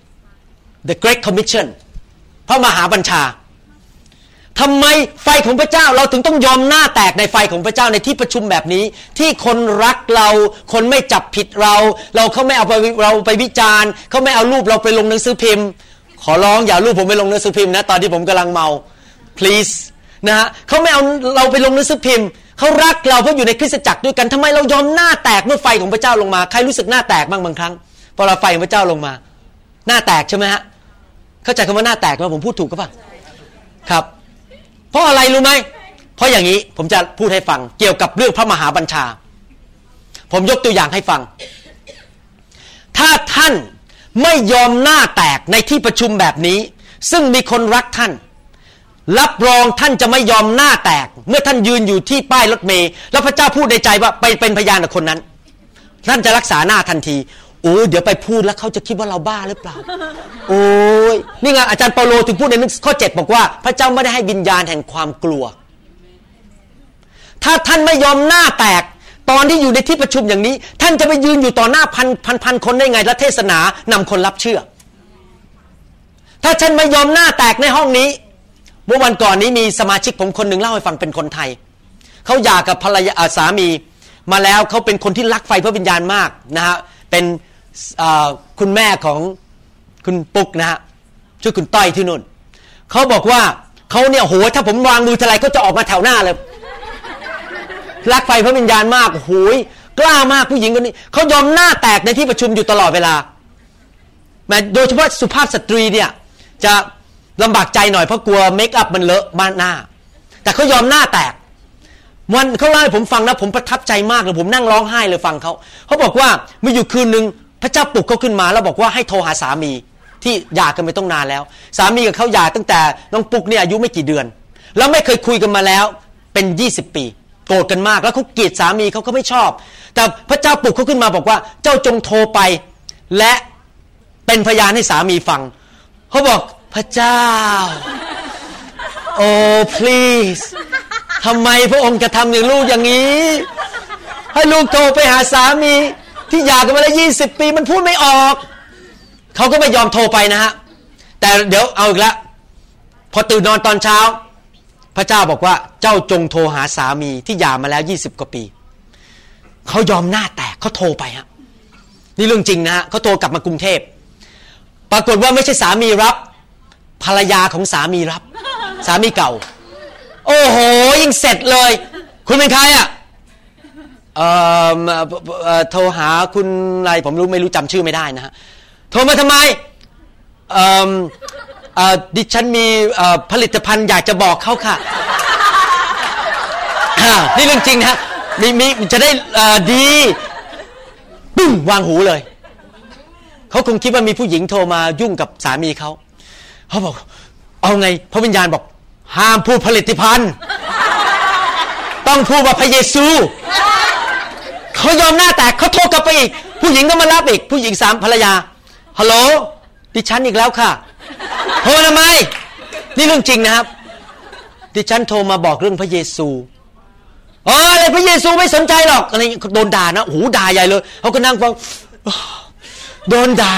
The Great Commission พระมหาบัญชาทำไมไฟของพระเจ้าเราถึงต้องยอมหน้าแตกในไฟของพระเจ้าในที่ประชุมแบบนี้ที่คนรักเราคนไม่จับผิดเราเขาไม่เอาเราไปวิจารณ์เขาไม่เอารูปเราไปลงหนังสือพิมพ์ขอร้องอย่ารูปผมไปลงหนังสือพิมพ์นะตอนที่ผมกำลังเมา please นะฮะเขาไม่เอาเราไปลงหนังสือพิมพ์เขารักเราเพราะอยู่ในคริสตจักรด้วยกันทำไมเรายอมหน้าแตกเมื่อไฟของพระเจ้าลงมาใครรู้สึกหน้าแตกบ้างบางครั้งพอเราไฟของพระเจ้าลงมาหน้าแตกใช่ไหมฮะเข้าใจคำว่าหน้าแตกไหมผมพูดถูกก็ป่ะครับเพราะอะไรรู้ไหมเพราะอย่างนี้ผมจะพูดให้ฟังเกี่ยวกับเรื่องพระมหาบัญชาผมยกตัวอย่างให้ฟังถ้าท่านไม่ยอมหน้าแตกในที่ประชุมแบบนี้ซึ่งมีคนรักท่านรับรองท่านจะไม่ยอมหน้าแตกเมื่อท่านยืนอยู่ที่ป้ายรถเมล์แล้วพระเจ้าพูดในใจว่าไปเป็นพยานกับคนนั้นท่านจะรักษาหน้าทันทีโอ้เดี๋ยวไปพูดแล้วเขาจะคิดว่าเราบ้าหรือเปล่าโอ้ยนี่ไงอาจารย์เปาโลถึงพูดในข้อ7บอกว่าพระเจ้าไม่ได้ให้วิญญาณแห่งความกลัวถ้าท่านไม่ยอมหน้าแตกตอนที่อยู่ในที่ประชุมอย่างนี้ท่านจะไปยืนอยู่ต่อหน้าพันคนได้ไงและเทศนานำคนรับเชื่อถ้าท่านไม่ยอมหน้าแตกในห้องนี้เมื่อวันก่อนนี้มีสมาชิกผมคนหนึ่งเล่าให้ฟังเป็นคนไทยเขาหย่ากับภรรยาสามีมาแล้วเขาเป็นคนที่รักไฟพระวิญญาณมากนะฮะเป็นคุณแม่ของคุณปุ๊กนะฮะชื่อคุณต้อยที่นู่นเขาบอกว่าเขาเนี่ยโหถ้าผมวางมือทีไรก็จะออกมาแถวหน้าเลยรักไฟพระวิญญาณมากโหยกล้ามากผู้หญิงคนนี้เขายอมหน้าแตกในที่ประชุมอยู่ตลอดเวลาโดยเฉพาะสุภาพสตรีเนี่ยจะลำบากใจหน่อยเพราะกลัวเมคอัพมันเลอะบ้านหน้าแต่เขายอมหน้าแตกวันเขาเล่าให้ผมฟังนะผมประทับใจมากเลยผมนั่งร้องไห้เลยฟังเขาบอกว่ามีอยู่คืนนึงพระเจ้าปลุกเขาขึ้นมาแล้วบอกว่าให้โทรหาสามีที่หย่ากันไปต้องนานแล้วสามีกับเขาหย่าตั้งแต่น้องปุ๊กเนี่ยอายุไม่กี่เดือนแล้วไม่เคยคุยกันมาแล้วเป็น20 ปีโกรธกันมากแล้วเขาเกลียดสามีเขาไม่ชอบแต่พระเจ้าปลุกเขาขึ้นมาบอกว่าเจ้าจงโทรไปและเป็นพยานให้สามีฟังเขาบอกพระเจ้าโอ้ please ทำไมพระองค์จะทำอย่างลูกอย่างนี้ให้ลูกโทรไปหาสามีที่หย่ากันมาแล้ว20 ปีมันพูดไม่ออกเขาก็ไม่ยอมโทรไปนะฮะแต่เดี๋ยวเอาอีกแล้วพอตื่นนอนตอนเช้าพระเจ้าบอกว่าเจ้าจงโทรหาสามีที่หย่ามาแล้ว20 กว่าปีเขายอมหน้าแตกเขาโทรไปฮะนี่เรื่องจริงนะฮะเขาโทรกลับมากรุงเทพปรากฏว่าไม่ใช่สามีรับภรรยาของสามีรับสามีเก่าโอ้โหยิ่งเสร็จเลยคุณเป็นใครอ่ะโทรหาคุณอะไรผมไม่รู้จำชื่อไม่ได้นะฮะโทรมาทำไมดิฉันมีผลิตภัณฑ์อยากจะบอกเขาค่ะนี่เรื่องจริงนะฮะมีจะได้ดีปุ้งวางหูเลยเขาคงคิดว่ามีผู้หญิงโทรมายุ่งกับสามีเขาบอกเอาไงพระวิญญาณบอกห้ามพูดผลิตภัณฑ์ต้องพูดว่าพระเยซูเขายอมหน้าแตกเขาโทรกลับไปอีกผู้หญิงก็มารับอีกผู้หญิง3ภรรยาฮัลโหลดิฉันอีกแล้วค่ะโทรทำไมนี่เรื่องจริงนะครับดิฉันโทรมาบอกเรื่องพระเยซูอะไรพระเยซูไม่สนใจหรอกอะไรโดนด่านะโอ้โหด่าใหญ่เลยเขาก็นั่งฟังโดนด่า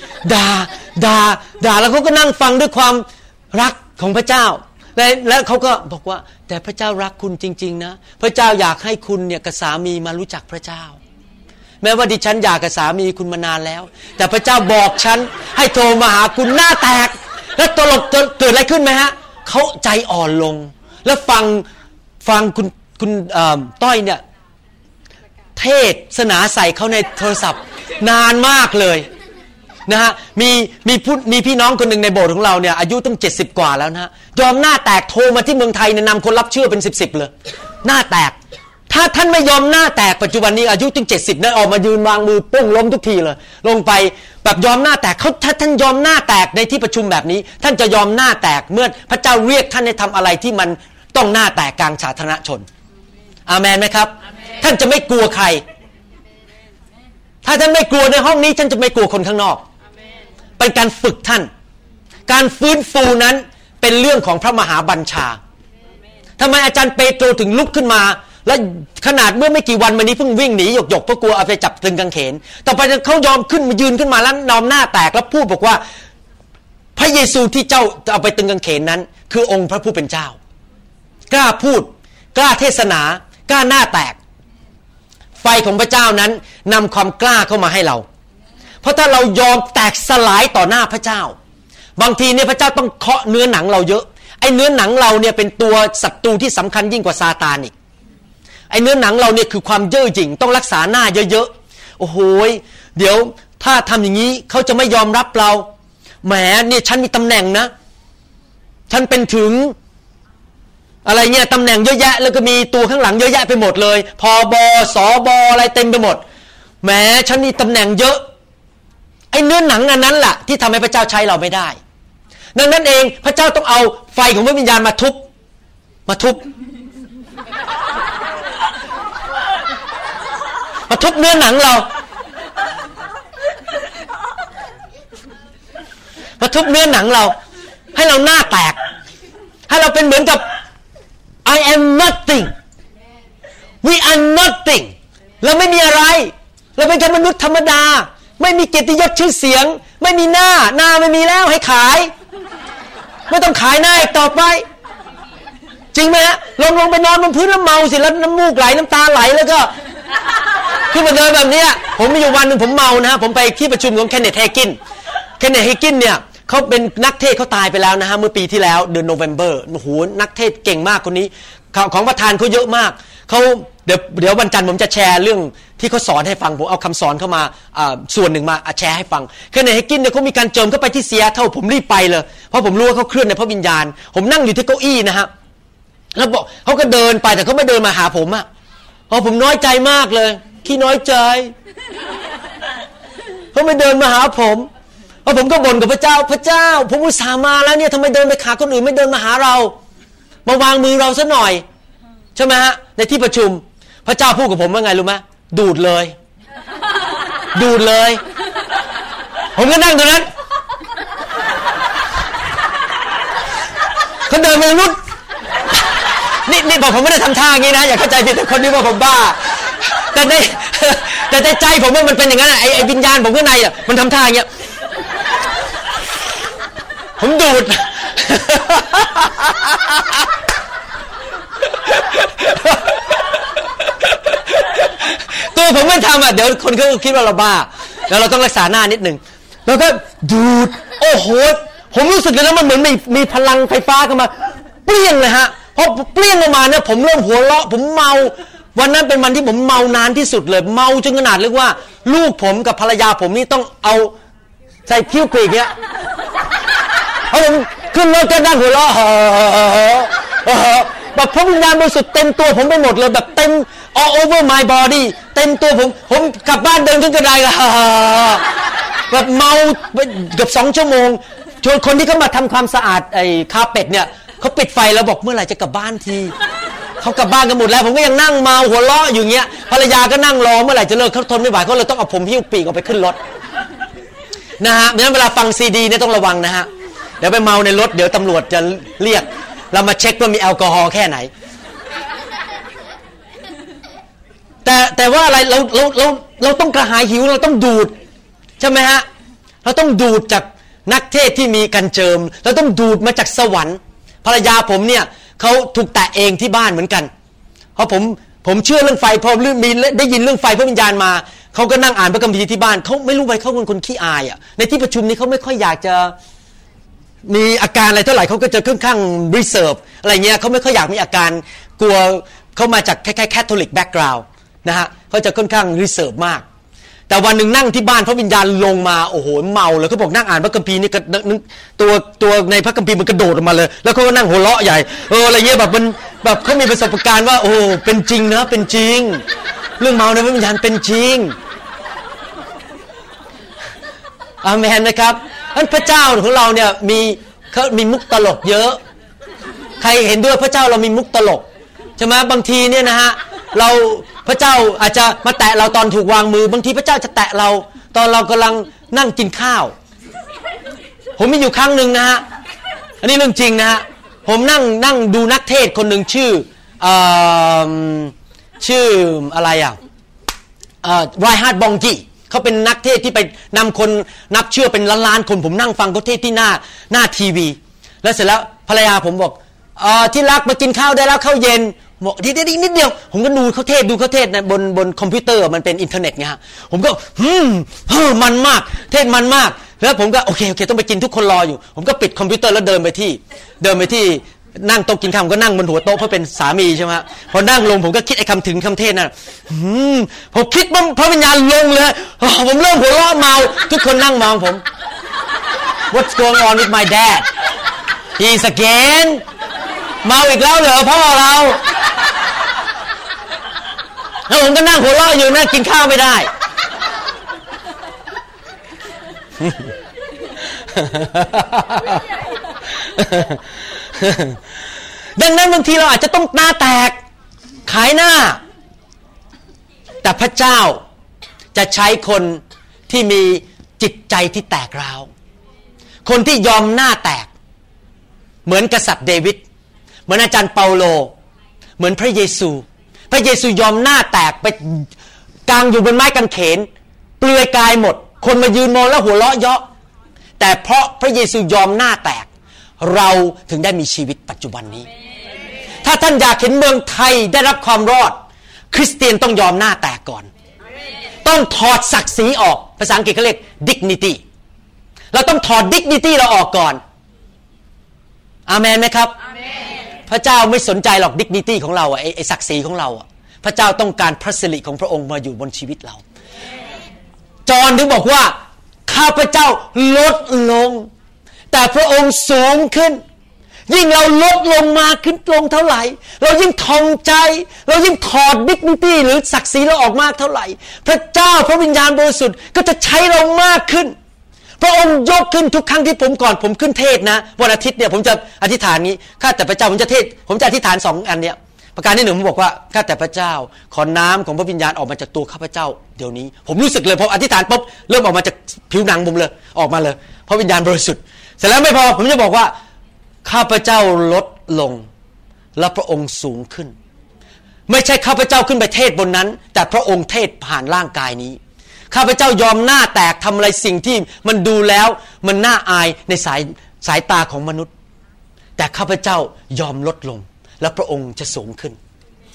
แล้วเขาก็นั่งฟังด้วยความรักของพระเจ้าแล้วเขาก็บอกว่าแต่พระเจ้ารักคุณจริงๆนะพระเจ้าอยากให้คุณเนี่ยกับสามีมารู้จักพระเจ้าแม้ว่าดิฉันอยากกับสามีคุณมานานแล้วแต่พระเจ้าบอกฉันให้โทรมาหาคุณหน้าแตกแล้วตลกเกิดอะไรขึ้นไหมฮะเขาใจอ่อนลงแล้วฟังคุณต้อยเนี่ยเทศนาใส่เขาในโทรศัพท์นานมากเลยนะฮะมีพี่น้องคนหนึ่งในโบสถ์ของเราเนี่ยอายุตั้ง70กว่าแล้วนะฮะยอมหน้าแตกโทรมาที่เมืองไทยเนี่ยนำคนรับเชื่อเป็น10เลยหน้าแตกถ้าท่านไม่ยอมหน้าแตกปัจจุบันนี้อายุตั้ง70นะออกมายืนวางมือปุ้งล้มทุกทีเลยลงไปแบบยอมหน้าแตกถ้าท่านยอมหน้าแตกในที่ประชุมแบบนี้ท่านจะยอมหน้าแตกเมื่อพระเจ้าเรียกท่านให้ทำอะไรที่มันต้องหน้าแตกกลางสาธารณชนอาเมนไหมครับท่านจะไม่กลัวใครถ้าท่านไม่กลัวในห้องนี้ท่านจะไม่กลัวคนข้างนอกเป็นการฝึกท่านการฟื้นฟูนั้นเป็นเรื่องของพระมหาบัญชาทำไมอาจารย์เปโตรถึงลุกขึ้นมาและขนาดเมื่อไม่กี่วันมานี้เพิ่งวิ่งหนีหยกๆเพราะกลัวเอาไปจับตรึงกางเขนต่อไปเขายอมขึ้นมายืนขึ้นมาแล้วนอมหน้าแตกแล้วพูดบอกว่าพระเยซูที่เจ้าเอาไปตรึงกางเขนนั้นคือองค์พระผู้เป็นเจ้ากล้าพูดกล้าเทศนากล้าหน้าแตกไฟของพระเจ้านั้นนำความกล้าเข้ามาให้เราเพราะถ้าเรายอมแตกสลายต่อหน้าพระเจ้าบางทีเนี่ยพระเจ้าต้องเคาะเนื้อหนังเราเยอะไอ้เนื้อหนังเราเนี่ยเป็นตัวศัตรูที่สำคัญยิ่งกว่าซาตานอีกไอ้เนื้อหนังเราเนี่ยคือความเย่อหยิ่งต้องรักษาหน้าเยอะๆโอ้โหเดี๋ยวถ้าทำอย่างนี้เขาจะไม่ยอมรับเราแหมเนี่ยฉันมีตำแหน่งนะฉันเป็นถึงอะไรเนี่ยตำแหน่งเยอะแยะแล้วก็มีตัวข้างหลังเยอะแยะไปหมดเลยผบ.สบ.อะไรเต็มไปหมดแหมฉันมีตำแหน่งเยอะไอ้เนื้อหนังอันนั้นแหละที่ทำให้พระเจ้าใช้เราไม่ได้ดังนั้นเองพระเจ้าต้องเอาไฟของพระวิญญาณมาทุบเนื้อหนังเรามาทุบเนื้อหนังเราให้เราหน้าแตกให้เราเป็นเหมือนกับ I am nothing we are nothing เราไม่มีอะไรเราเป็นแค่มนุษย์ธรรมดาไม่มีเกียรติยศชื่อเสียงไม่มีหน้าไม่มีแล้วให้ขายไม่ต้องขายหน้าอีกต่อไปจริงไหมฮะลงไปนอนบนพื้นแล้วเมาสิแล้วน้ำมูกไหลน้ำตาไหลแล้วก็ขึ้นมาเดินแบบนี้ผมมีอยู่วันนึงผมเมานะฮะผมไปที่ประชุมของเคนเนธ เฮกินเนี่ยเขาเป็นนักเทศเขาตายไปแล้วนะฮะเมื่อปีที่แล้วเดือนโนเวมเบอร์โอ้โหนักเทศเก่งมากคนนี้ของประธานเขาเยอะมากเขาเดี๋ยววันจันทร์ผมจะแชร์เรื่องที่เขาสอนให้ฟังผมเอาคำสอนเข้ามาส่วนหนึ่งมาแชร์ให้ฟังเคนเนธ เฮกินเนี่ยเขามีการเจิมเข้าไปที่เซียเท่าผมรีบไปเลยเพราะผมรู้ว่าเขาเคลื่อนในพระวิญญาณผมนั่งอยู่ที่เก้าอี้นะฮะแล้วบอกเขาก็เดินไปแต่เขาไม่เดินมาหาผมอ่ะเพราะผมน้อยใจมากเลยขี้น้อยใจเขาไม่เดินมาหาผมเพราะผมก็บ่นกับพระเจ้าผมอุตส่าห์มาแล้วเนี่ยทำไมเดินไปหาคนอื่นไม่เดินมาหาเรามาวางมือเราซะหน่อยใช่ไหมฮะในที่ประชุมพระเจ้าพูดกับผมว่าไงรู้ไหมดูดเลยผมก็นั่งตรงนั้นเขาเดินมานุษย์นี่บอกผมไม่ได้ทำท่าอย่างนี้นะอย่าเข้าใจผิดแต่คนนี้ว่าผมบ้าแต่ในใจผมว่ามันเป็นอย่างนั้นไอ้วิญญาณผมข้างในอ่ะมันทำท่าอย่างเงี้ยผมดูดตัวผมไม่ทำเดี๋ยวคนเขาคิดว่าเราบ้าแล้วเราต้องรักษาหน้านิดนึงแล้วก็ดูดโอ้โหผมรู้สึกเลยนะมันเหมือนมีพลังไฟฟ้าเข้ามาเปรี้ยงเลยฮะพอเปรี้ยงออกมาเนี่ยผมเริ่มหัวเราะผมเมาวันนั้นเป็นวันที่ผมเมานานที่สุดเลยเมาจนขนาดเรียกว่าลูกผมกับภรรยาผมนี่ต้องเอาใส่คิ้วปีกเนี้ยเอาผมขึ้นรถก็นั่งหัวเราะแบบพระวิญญาณบริสุทธิ์เต็มตัวผมไปหมดเลยแบบเต็ม all over my body เต็มตัวผมกลับบ้านเดินขึ้นกระไดแบบเมาเกือบ2 ชั่วโมงจนคนที่เขามาทำความสะอาดไอ้คาเป็ดเนี่ยเขาปิดไฟแล้วบอกเมื่อไหร่จะกลับบ้านทีเขากลับบ้านกันหมดแล้วผมก็ยังนั่งเมาหัวเราะอยู่เงี้ยภรรยาก็นั่งรอเมื่อไหร่จะเลิกเขาทนไม่ไหวเขาเลยต้องเอาผมหิ้วปีกออกไปขึ้นรถนะฮะเพราะฉะนั้นเวลาฟังซีดีเนี่ยต้องระวังนะฮะเดี๋ยวไปเมาในรถเดี๋ยวตำรวจจะเรียกเรามาเช็คว่ามีแอลกอฮอล์แค่ไหนแต่ว่าอะไรเราต้องกระหายหิวเราต้องดูดใช่ไหมฮะเราต้องดูดจากนักเทศที่มีกันเจิมเราต้องดูดมาจากสวรรค์ภรรยาผมเนี่ยเขาถูกแตะเองที่บ้านเหมือนกันเพราะผมเชื่อเรื่องไฟพอมีได้ยินเรื่องไฟพระวิญญาณมาเขาก็นั่งอ่านพระคัมภีร์ที่บ้านเขาไม่รู้ไปเขาเป็นคนขี้อายในที่ประชุมนี้เขาไม่ค่อยอยากจะมีอาการอะไรเท่าไหร่เขาก็จะค่อนข้างรีเซิร์ฟอะไรเงี้ยเขาไม่ค่อยอยากมีอาการกลัวเขามาจากคล้ายๆแคทอลิกแบ็กกราวด์นะฮะเขาจะค่อนข้างรีเซิร์ฟมากแต่วันหนึ่งนั่งที่บ้านพระวิญญาณลงมาโอ้โหเมาเลยเขาบอกนั่งอ่านพระคัมภีร์นี่ตัวในพระคัมภีร์มันกระโดดออกมาเลยแล้วเขาก็นั่งหัวเราะใหญ่อะไรเงี้ยแบบมันแบบเขามีประสบการณ์ว่าโอ้เป็นจริงนะเป็นจริงเรื่องเมาในพระวิญญาณเป็นจริงอาเมนนะครับพระเจ้าของเราเนี่ยมีมุกตลกเยอะใครเห็นด้วยพระเจ้าเรามีมุกตลกใช่ไหมบางทีเนี่ยนะฮะเราพระเจ้าอาจจะมาแตะเราตอนถูกวางมือบางทีพระเจ้าจะแตะเราตอนเรากำลังนั่งกินข้าวผมมีอยู่ครั้งหนึ่งนะฮะอันนี้เรื่องจริงนะฮะผมนั่งดูนักเทศคนหนึ่งชื่ออะไรไรฮาร์ดบองกี้เขาเป็นนักเทศที่ไปนำคนนับเชื่อเป็นล้านๆคนผมนั่งฟังเขาเทศที่หน้าทีวีแล้วเสร็จแล้วภรรยาผมบอกที่รักมากินข้าวได้แล้วข้าวเย็นบอกนิดเดียวผมก็ดูเขาเทศนะบนคอมพิวเตอร์มันเป็นอินเทอร์เน็ตไงฮะผมก็มันมากเทศมันมากแล้วผมก็โอเคต้องไปกินทุกคนรออยู่ผมก็ปิดคอมพิวเตอร์แล้วเดินไปที่นั่งโต๊ะกินข้าวก็นั่งบนหัวโต๊ะเพราะเป็นสามีใช่ไหมพอนั่งลงผมก็คิดไอ้คำถึงคำเทศนั่นผมคิดว่าพระวิญญาณลงเลยผมเริ่มหัวเราะเมาทุกคนนั่งมองผม What's going on with my dad He's again เมาอีกแล้วเหรอพ่อเราแล้วผมก็นั่งหัวเราะอยู่นั่งกินข้าวไม่ได้ ดังนั้นบางทีเราอาจจะต้องหน้าแตกขายหน้าแต่พระเจ้าจะใช้คนที่มีจิตใจที่แตกร้าวคนที่ยอมหน้าแตกเหมือนกษัตริย์เดวิดเหมือนอาจารย์เปาโลเหมือนพระเยซูยอมหน้าแตกไปกางอยู่บนไม้กางเขนเปลือยกายหมดคนมายืนมองแล้วหัวเราะเยาะแต่เพราะพระเยซูยอมหน้าแตกเราถึงได้มีชีวิตปัจจุบันนี้ถ้าท่านอยากเห็นเมืองไทยได้รับความรอดคริสเตียนต้องยอมหน้าแตกก่อนต้องถอดศักดิ์ศรีออกภาษาอังกฤษเขาเรียก dignity เราต้องถอด dignity เราออกก่อนอาเมนไหมครับพระเจ้าไม่สนใจหรอก dignity ของเราไอ้ศักดิ์ศรีของเราพระเจ้าต้องการพระสิริของพระองค์มาอยู่บนชีวิตเราจอห์นถึงบอกว่าข้าพเจ้าลดลงแต่พระองค์สูงขึ้นยิ่งเราลดลงมาขึ้นลงเท่าไหร่เรายิ่งทองใจเรายิ่งถอด dignity หรือศักดิ์ศรีเราออกมากเท่าไหร่พระเจ้าพระวิญญาณบริสุทธิ์ก็จะใช้เรามากขึ้นพระองค์ยกขึ้นทุกครั้งที่ผมขึ้นเทศนะวันอาทิตย์เนี่ยผมจะอธิษฐานนี้ข้าแต่พระเจ้าผมจะอธิษฐาน2อันเนี้ยประการที่1ผมบอกว่าข้าแต่พระเจ้าขอน้ำของพระวิญญาณออกมาจากตัวข้าพเจ้าเดี๋ยวนี้ผมรู้สึกเลยพออธิษฐานปุ๊บเริ่มออกมาจากผิวหนังผมเลยออกมาเลยพระวิญญาณบริสุทธิ์เสร็จแล้วไม่พอผมจะบอกว่าข้าพเจ้าลดลงและพระองค์สูงขึ้นไม่ใช่ข้าพเจ้าขึ้นไปเทศบนนั้นแต่พระองค์เทศผ่านร่างกายนี้ข้าพเจ้ายอมหน้าแตกทำอะไรสิ่งที่มันดูแล้วมันน่าอายในสายตาของมนุษย์แต่ข้าพเจ้ายอมลดลงและพระองค์จะสูงขึ้น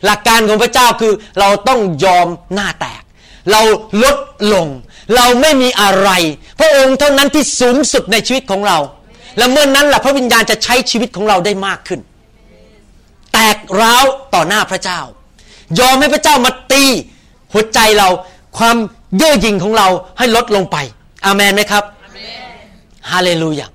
หลักการของพระเจ้าคือเราต้องยอมหน้าแตกเราลดลงเราไม่มีอะไรพระองค์เท่านั้นที่สูงสุดในชีวิตของเราและเมื่อนั้นล่ะพระวิญญาณจะใช้ชีวิตของเราได้มากขึ้นแตกร้าวต่อหน้าพระเจ้ายอมให้พระเจ้ามาตีหัวใจเราความเย่อหยิ่งของเราให้ลดลงไปอาเมนไหมครับฮาเลลูยา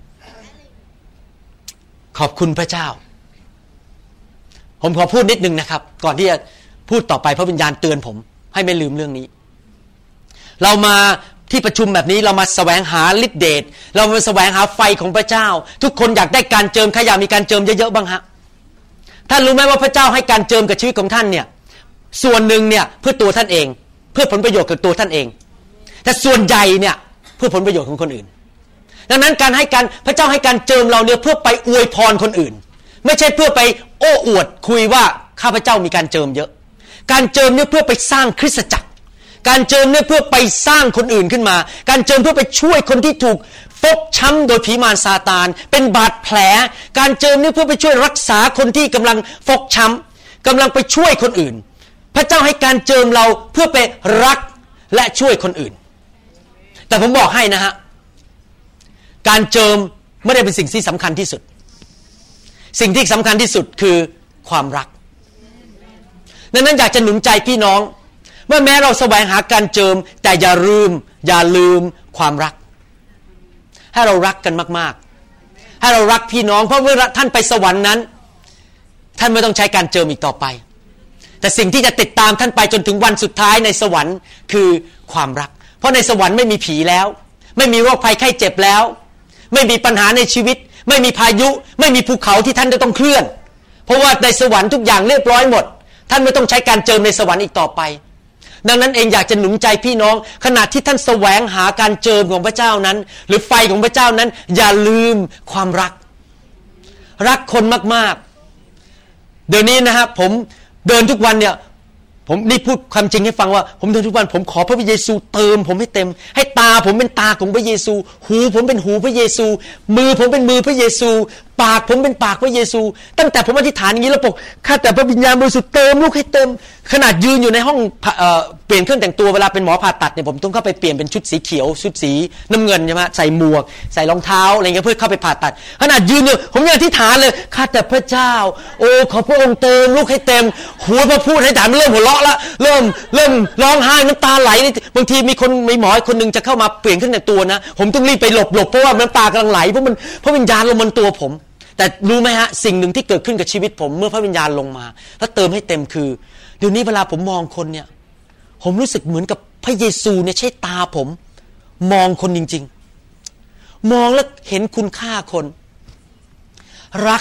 ขอบคุณพระเจ้าผมขอพูดนิดนึงนะครับก่อนที่จะพูดต่อไปพระวิญญาณเตือนผมให้ไม่ลืมเรื่องนี้เรามาที่ประชุมแบบนี้เรามาแสวงหาฤทธิเดชเรามาแสวงหาไฟของพระเจ้าทุกคนอยากได้การเจิมใครอยากมีการเจิมเยอะๆบ้างฮะท่านรู้ไหมว่าพระเจ้าให้การเจิมกับชีวิตของท่านเนี่ยส่วนหนึ่งเนี่ยเพื่อตัวท่านเองเพื่อผลประโยชน์กับตัวท่านเองแต่ส่วนใหญ่เนี่ยเพื่อผลประโยชน์ของคนอื่นดังนั้นการให้การพระเจ้าให้การเจิมเราเนี่ยเพื่อไปอวยพรคนอื่นไม่ใช่เพื่อไปโอ้อวดคุยว่าข้าพเจ้ามีการเจิมเยอะการเจิมเนี่ยเพื่อไปสร้างคริสตจักรการเจิมเนี่ยเพื่อไปสร้างคนอื่นขึ้นมาการเจิมเพื่อไปช่วยคนที่ถูกฟกช้ำโดยผีมารซาตานเป็นบาดแผลการเจิมเนี่ยเพื่อไปช่วยรักษาคนที่กำลังฟกช้ำกำลังไปช่วยคนอื่นพระเจ้าให้การเจิมเราเพื่อไปรักและช่วยคนอื่นแต่ผมบอกให้นะฮะการเจิมไม่ได้เป็นสิ่งที่สำคัญที่สุดสิ่งที่สำคัญที่สุดคือความรักดังนั้นอยากจะหนุนใจพี่น้องว่าแม้เราแสวงหาการเจิมแต่อย่าลืมความรักให้เรารักกันมากๆให้เรารักพี่น้องเพราะเมื่อท่านไปสวรรค์นั้นท่านไม่ต้องใช้การเจิมอีกต่อไปแต่สิ่งที่จะติดตามท่านไปจนถึงวันสุดท้ายในสวรรค์คือความรักเพราะในสวรรค์ไม่มีผีแล้วไม่มีโรคภัยไข้เจ็บแล้วไม่มีปัญหาในชีวิตไม่มีพายุไม่มีภูเขาที่ท่านจะต้องเคลื่อนเพราะว่าในสวรรค์ทุกอย่างเรียบร้อยหมดท่านไม่ต้องใช้การเจิมในสวรรค์อีกต่อไปดังนั้นเองอยากจะหนุนใจพี่น้องขณะที่ท่านแสวงหาการเจิมของพระเจ้านั้นหรือไฟของพระเจ้านั้นอย่าลืมความรักคนมากๆเดี๋ยวนี้นะครับผมเดินทุกวันเนี่ยผมนี่พูดความจริงให้ฟังว่าผมเดินทุกวันผมขอพระเยซูเติมผมให้เต็มให้ตาผมเป็นตาของพระเยซูหูผมเป็นหูพระเยซูมือผมเป็นมือพระเยซูปากผมเป็นปากพระเยซูตั้งแต่ผมอธิษฐานอย่างนี้แล้วบอกข้าแต่พระวิญญาณบริสุทธิ์เติมลูกให้เต็มขนาดยืนอยู่ในห้องเปลี่ยนเครื่องแต่งตัวเวลาเป็นหมอผ่าตัดเนี่ยผมต้องเข้าไปเปลี่ยนเป็นชุดสีเขียวชุดสีน้ำเงินใช่ไหมใส่หมวกใส่รองเท้าอะไรเงี้ยเพื่อเข้าไปผ่าตัดขนาดยืนเนี่ยผมยังอธิษฐานเลยข้าแต่พระเจ้าโอ้ขอพระองค์เติมลูกให้เต็มหูพอพูดให้ฐานมันเริ่มหัวเราะละเริ่มร้องไห้น้ำตาไหลบางทีมีหมอคนนึงจะเข้ามาเปลี่ยนเครื่องแต่งตัวนะผมต้องรีบไปหลบเพราะว่าน้ำตากำลังไหลเพราะพระวิญญาณลงบนตัวผมแต่รู้ไหมฮะสิ่งหนึ่งที่เกิดขึ้นกับชีวิตผมเมื่อพระวิญญาณลงมาแล้วเติมให้เต็มคือเดี๋ยวนี้เวลาผมมองคนเนี่ยผมรู้สึกเหมือนกับพระเยซูเนี่ยใช้ตาผมมองคนจริงๆมองแล้วเห็นคุณค่าคนรัก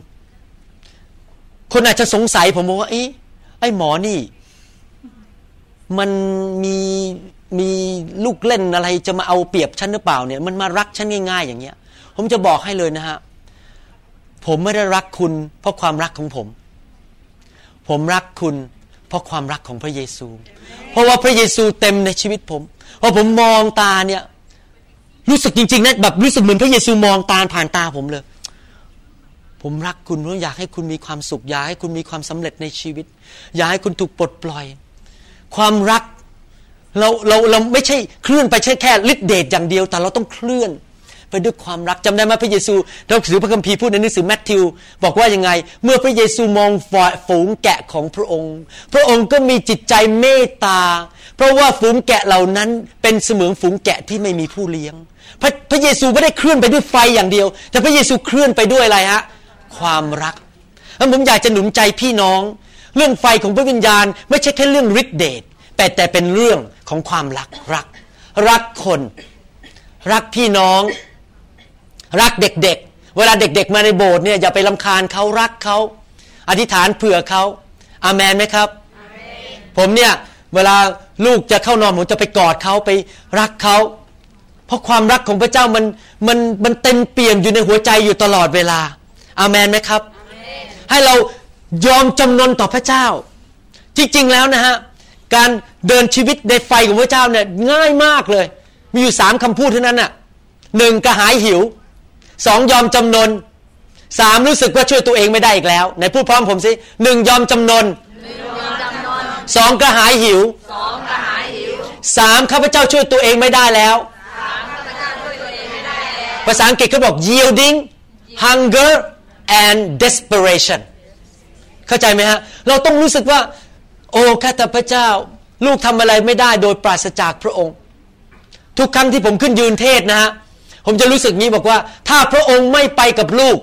คนอาจจะสงสัยผมว่าไอ้หมอนี่มันมีลูกเล่นอะไรจะมาเอาเปรียบฉันหรือเปล่าเนี่ยมันมารักฉันง่ายๆอย่างเงี้ยผมจะบอกให้เลยนะฮะผมไม่ได้รักคุณเพราะความรักของผมรักคุณเพราะความรักของพระเยซูเพราะว่าพระเยซูเต็มในชีวิตผมพอผมมองตาเนี่ยรู้สึกจริงๆนะแบบรู้สึกเหมือนพระเยซูมองตาผ่านตาผมเลยผมรักคุณเพราะอยากให้คุณมีความสุขอยากให้คุณมีความสำเร็จในชีวิตอยากให้คุณถูกปลดปล่อยความรักเราไม่ใช่เคลื่อนไปแค่ฤทธิเดชอย่างเดียวแต่เราต้องเคลื่อนไปด้วยความรักจำได้ไหมพระเยซูหนังสือพระคัมภีร์พูดในหนังสือแมทธิวบอกว่ายังไงเมื่อพระเยซูมองฝูงแกะของพระองค์ก็มีจิตใจเมตตาเพราะว่าฝูงแกะเหล่านั้นเป็นเสมือนฝูงแกะที่ไม่มีผู้เลี้ยงพระเยซูไม่ได้เคลื่อนไปด้วยไฟอย่างเดียวแต่พระเยซูเคลื่อนไปด้วยอะไรฮะความรักแล้วผมอยากจะหนุนใจพี่น้องเรื่องไฟของพระวิญญาณไม่ใช่แค่เรื่องฤทธิเดชแต่เป็นเรื่องของความรักคนรักพี่น้องรักเด็กๆเวลาเด็กๆมาในโบสถ์เนี่ยอย่าไปรำคาญเขารักเขาอธิษฐานเผื่อเขาอาเมนไหมครับผมเนี่ยเวลาลูกจะเข้านอนผมจะไปกอดเขาไปรักเขาเพราะความรักของพระเจ้ามันเต็มเปี่ยมอยู่ในหัวใจอยู่ตลอดเวลาอาเมนไหมครับให้เรายอมจำนนต่อพระเจ้าจริงๆแล้วนะฮะการเดินชีวิตในไฟของพระเจ้าเนี่ยง่ายมากเลยมีอยู่3คำพูดเท่านั้นน่ะ1กระหายหิว2ยอมจำนน3รู้สึกว่าช่วยตัวเองไม่ได้อีกแล้วไหนพูดพร้อมผมสิ1ยอมจำนน 2กระหายหิว3ข้าพเจ้าช่วยตัวเองไม่ได้แล้วภาษาอังกฤษเขาบอก yielding hunger and desperation เข้าใจไหมฮะเราต้องรู้สึกว่าโอ้ข้าแต่พระเจ้าลูกทำอะไรไม่ได้โดยปราศจากพระองค์ทุกครั้งที่ผมขึ้นยืนเทศนะฮะผมจะรู้สึกงี้บอกว่าถ้าพระองค์ไม่ไปกับลูก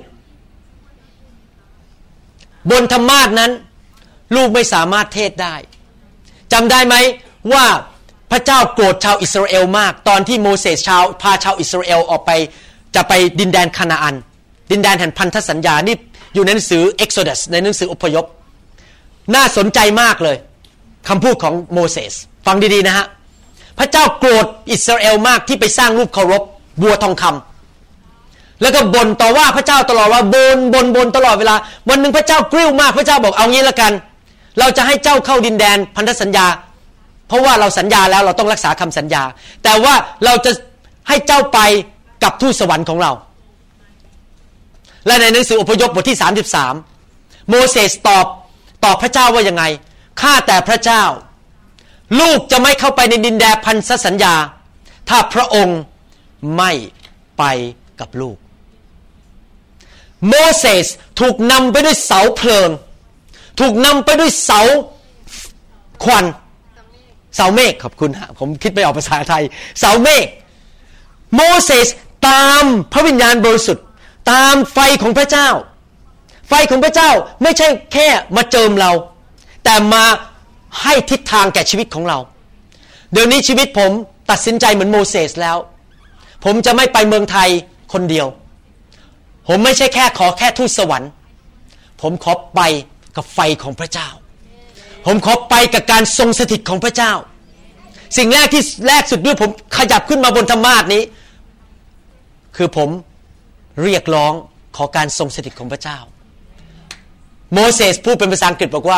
บนธรรมาสนั้นลูกไม่สามารถเทศได้จำได้ไหมว่าพระเจ้าโกรธชาวอิสราเอลมากตอนที่โมเสสพาชาวอิสราเอลออกไปจะไปดินแดนคานาอันดินแดนแห่งพันธสัญญานี่อยู่ในหนังสือ Exodus ในหนังสืออพยพน่าสนใจมากเลยคำพูดของโมเสสฟังดีๆนะฮะพระเจ้าโกรธอิสราเอลมากที่ไปสร้างรูปเคารพบัวทองคำแล้วก็บ่นต่อว่าพระเจ้าตลอดว่าบ่นตลอดเวลาวันหนึ่งพระเจ้ากริ้วมากพระเจ้าบอกเอางี้ละกันเราจะให้เจ้าเข้าดินแดนพันธสัญญาเพราะว่าเราสัญญาแล้วเราต้องรักษาคำสัญญาแต่ว่าเราจะให้เจ้าไปกับทูตสวรรค์ของเราและในหนังสืออพยพบทที่33โมเสสตอบพระเจ้าว่ายังไงข้าแต่พระเจ้าลูกจะไม่เข้าไปในดินแดนพันธสัญญาถ้าพระองค์ไม่ไปกับลูกโมเสสถูกนำไปด้วยเสาเพลิงถูกนำไปด้วยเสาควันเสาเมฆขอบคุณฮะผมคิดไม่ออกภาษาไทยเสาเมฆโมเสสตามพระวิญญาณบริสุทธิ์ตามไฟของพระเจ้าไฟของพระเจ้าไม่ใช่แค่มาเจิมเราแต่มาให้ทิศทางแก่ชีวิตของเราเดี๋ยวนี้ชีวิตผมตัดสินใจเหมือนโมเสสแล้วผมจะไม่ไปเมืองไทยคนเดียวผมไม่ใช่ขอแค่ทูตสวรรค์ผมขอไปกับไฟของพระเจ้าผมขอไปกับการทรงสถิตของพระเจ้าสิ่งแรกสุดด้วยผมขยับขึ้นมาบนธรรมาสนี้คือผมเรียกร้องขอการทรงสถิตของพระเจ้าโมเสสพูดเป็นภาษาอังกฤษบอกว่า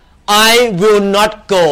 I will not go